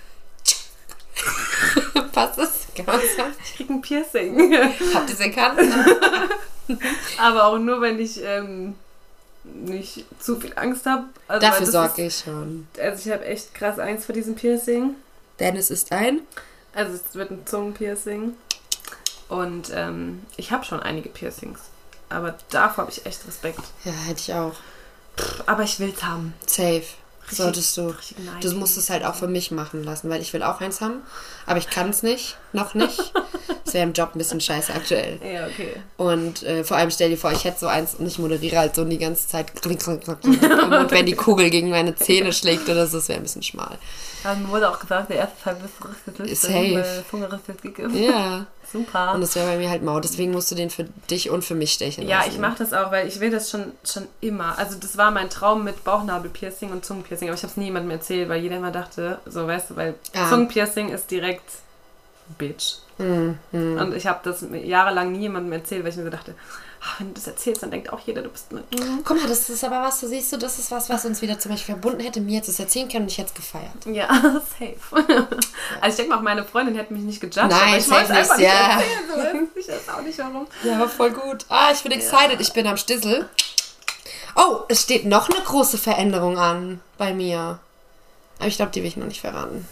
Passt das? Kann man sagen? Ich krieg ein Piercing. Habt ihr es erkannt? Aber auch nur, wenn ich nicht zu viel Angst habe. Also, Dafür sorge ich schon. Also ich habe echt krass Angst vor diesem Piercing. Denn es ist ein... Also es wird ein Zungenpiercing. Und ich habe schon einige Piercings. Aber davor habe ich echt Respekt. Ja, hätte ich auch. Aber ich will es haben. Safe. Solltest du. Richtig nice. Du musst es halt auch für mich machen lassen, weil ich will auch eins haben. Aber ich kann es nicht. Noch nicht. Das wäre im Job ein bisschen scheiße aktuell. Ja, okay. Und vor allem stell dir vor, ich hätte so eins und ich moderiere halt so die ganze Zeit. Und wenn die Kugel gegen meine Zähne schlägt oder so, das wäre ein bisschen schmal. Aber mir wurde auch gesagt, der erste Teil wirst du richtig Safe. Fungerriss gegeben. Ja. Super. Und das wäre bei mir halt mau. Deswegen musst du den für dich und für mich stechen Ja, lassen. ich mache das auch, weil ich will das schon immer. Also das war mein Traum mit Bauchnabelpiercing und Zungenpiercing, aber ich habe es niemandem erzählt, weil jeder immer dachte, so weißt du, weil Zungenpiercing ist direkt Bitch. Und ich habe das jahrelang nie jemandem erzählt, weil ich mir so dachte, wenn du das erzählst, dann denkt auch jeder, du bist eine... Guck mal, das ist aber was, du siehst, das ist was uns wieder zum Beispiel verbunden hätte, mir jetzt das erzählen können und ich hätte es gefeiert. Ja, safe. Also ich denke mal, auch meine Freundin hätte mich nicht gejudged, Nein, aber ich wollte es einfach nicht, nicht ja. erzählen. So, weißt du? Ich weiß auch nicht, warum. Ja, aber voll gut. Ich bin excited. Ich bin am Stissel. Oh, es steht noch eine große Veränderung an bei mir. Aber ich glaube, die will ich noch nicht verraten.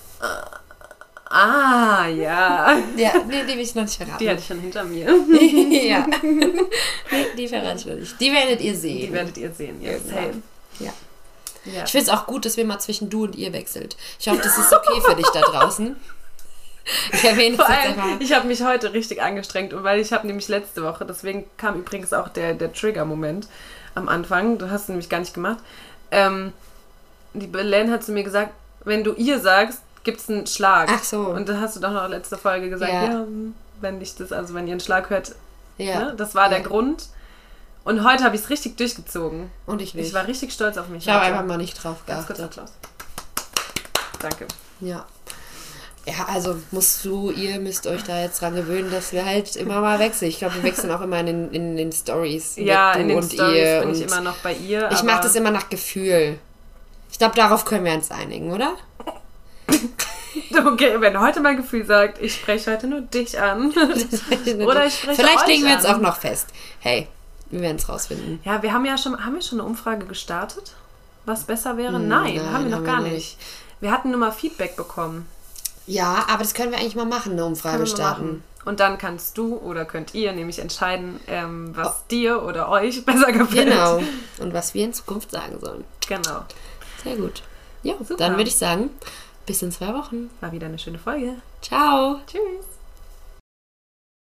Ah, ja. Ja, nee, die will ich noch nicht verraten. Die hatte ich schon hinter mir. Ja. Nee, die verrate ich noch nicht. Die werdet ihr sehen. Die werdet ihr sehen, ja, Irgendwann. safe. Ja. Ja. Ich finde es auch gut, dass wir mal zwischen du und ihr wechselt. Ich hoffe, das ist okay für dich da draußen. Ich erwähne Vor das jetzt allem, einfach. ich habe mich heute richtig angestrengt, und weil ich habe nämlich letzte Woche, deswegen kam übrigens auch der Trigger-Moment am Anfang, du hast es nämlich gar nicht gemacht, die Belen hat zu mir gesagt, wenn du ihr sagst, gibt es einen Schlag. Ach so. Und da hast du doch noch letzte Folge gesagt, Ja. wenn ich das, also wenn ihr einen Schlag hört, Ja. ne, das war der Grund. Und heute habe ich es richtig durchgezogen. Und ich nicht. Ich war richtig stolz auf mich. Ich habe heute. einfach mal nicht drauf Ganz kurz geachtet. Applaus. Danke. Ja. Ja, also ihr müsst euch da jetzt dran gewöhnen, dass wir halt immer mal wechseln. Ich glaube, wir wechseln auch immer in den Stories. Ja, in den Stories bin ich immer noch bei ihr. Ich mache das immer nach Gefühl. Ich glaube, darauf können wir uns einigen, oder? Okay, wenn heute mein Gefühl sagt, ich spreche heute nur dich an. Oder ich spreche Vielleicht euch legen wir an. uns auch noch fest. Hey, wir werden es rausfinden. Ja, haben wir schon eine Umfrage gestartet, was besser wäre? Nein, haben wir noch gar nicht. Wir hatten nur mal Feedback bekommen. Ja, aber das können wir eigentlich mal machen, eine Umfrage starten. Und dann kannst du oder könnt ihr nämlich entscheiden, was dir oder euch besser gefällt. Genau. Und was wir in Zukunft sagen sollen. Genau. Sehr gut. Ja, dann würde ich sagen, bis in 2 Wochen. War wieder eine schöne Folge. Ciao. Tschüss.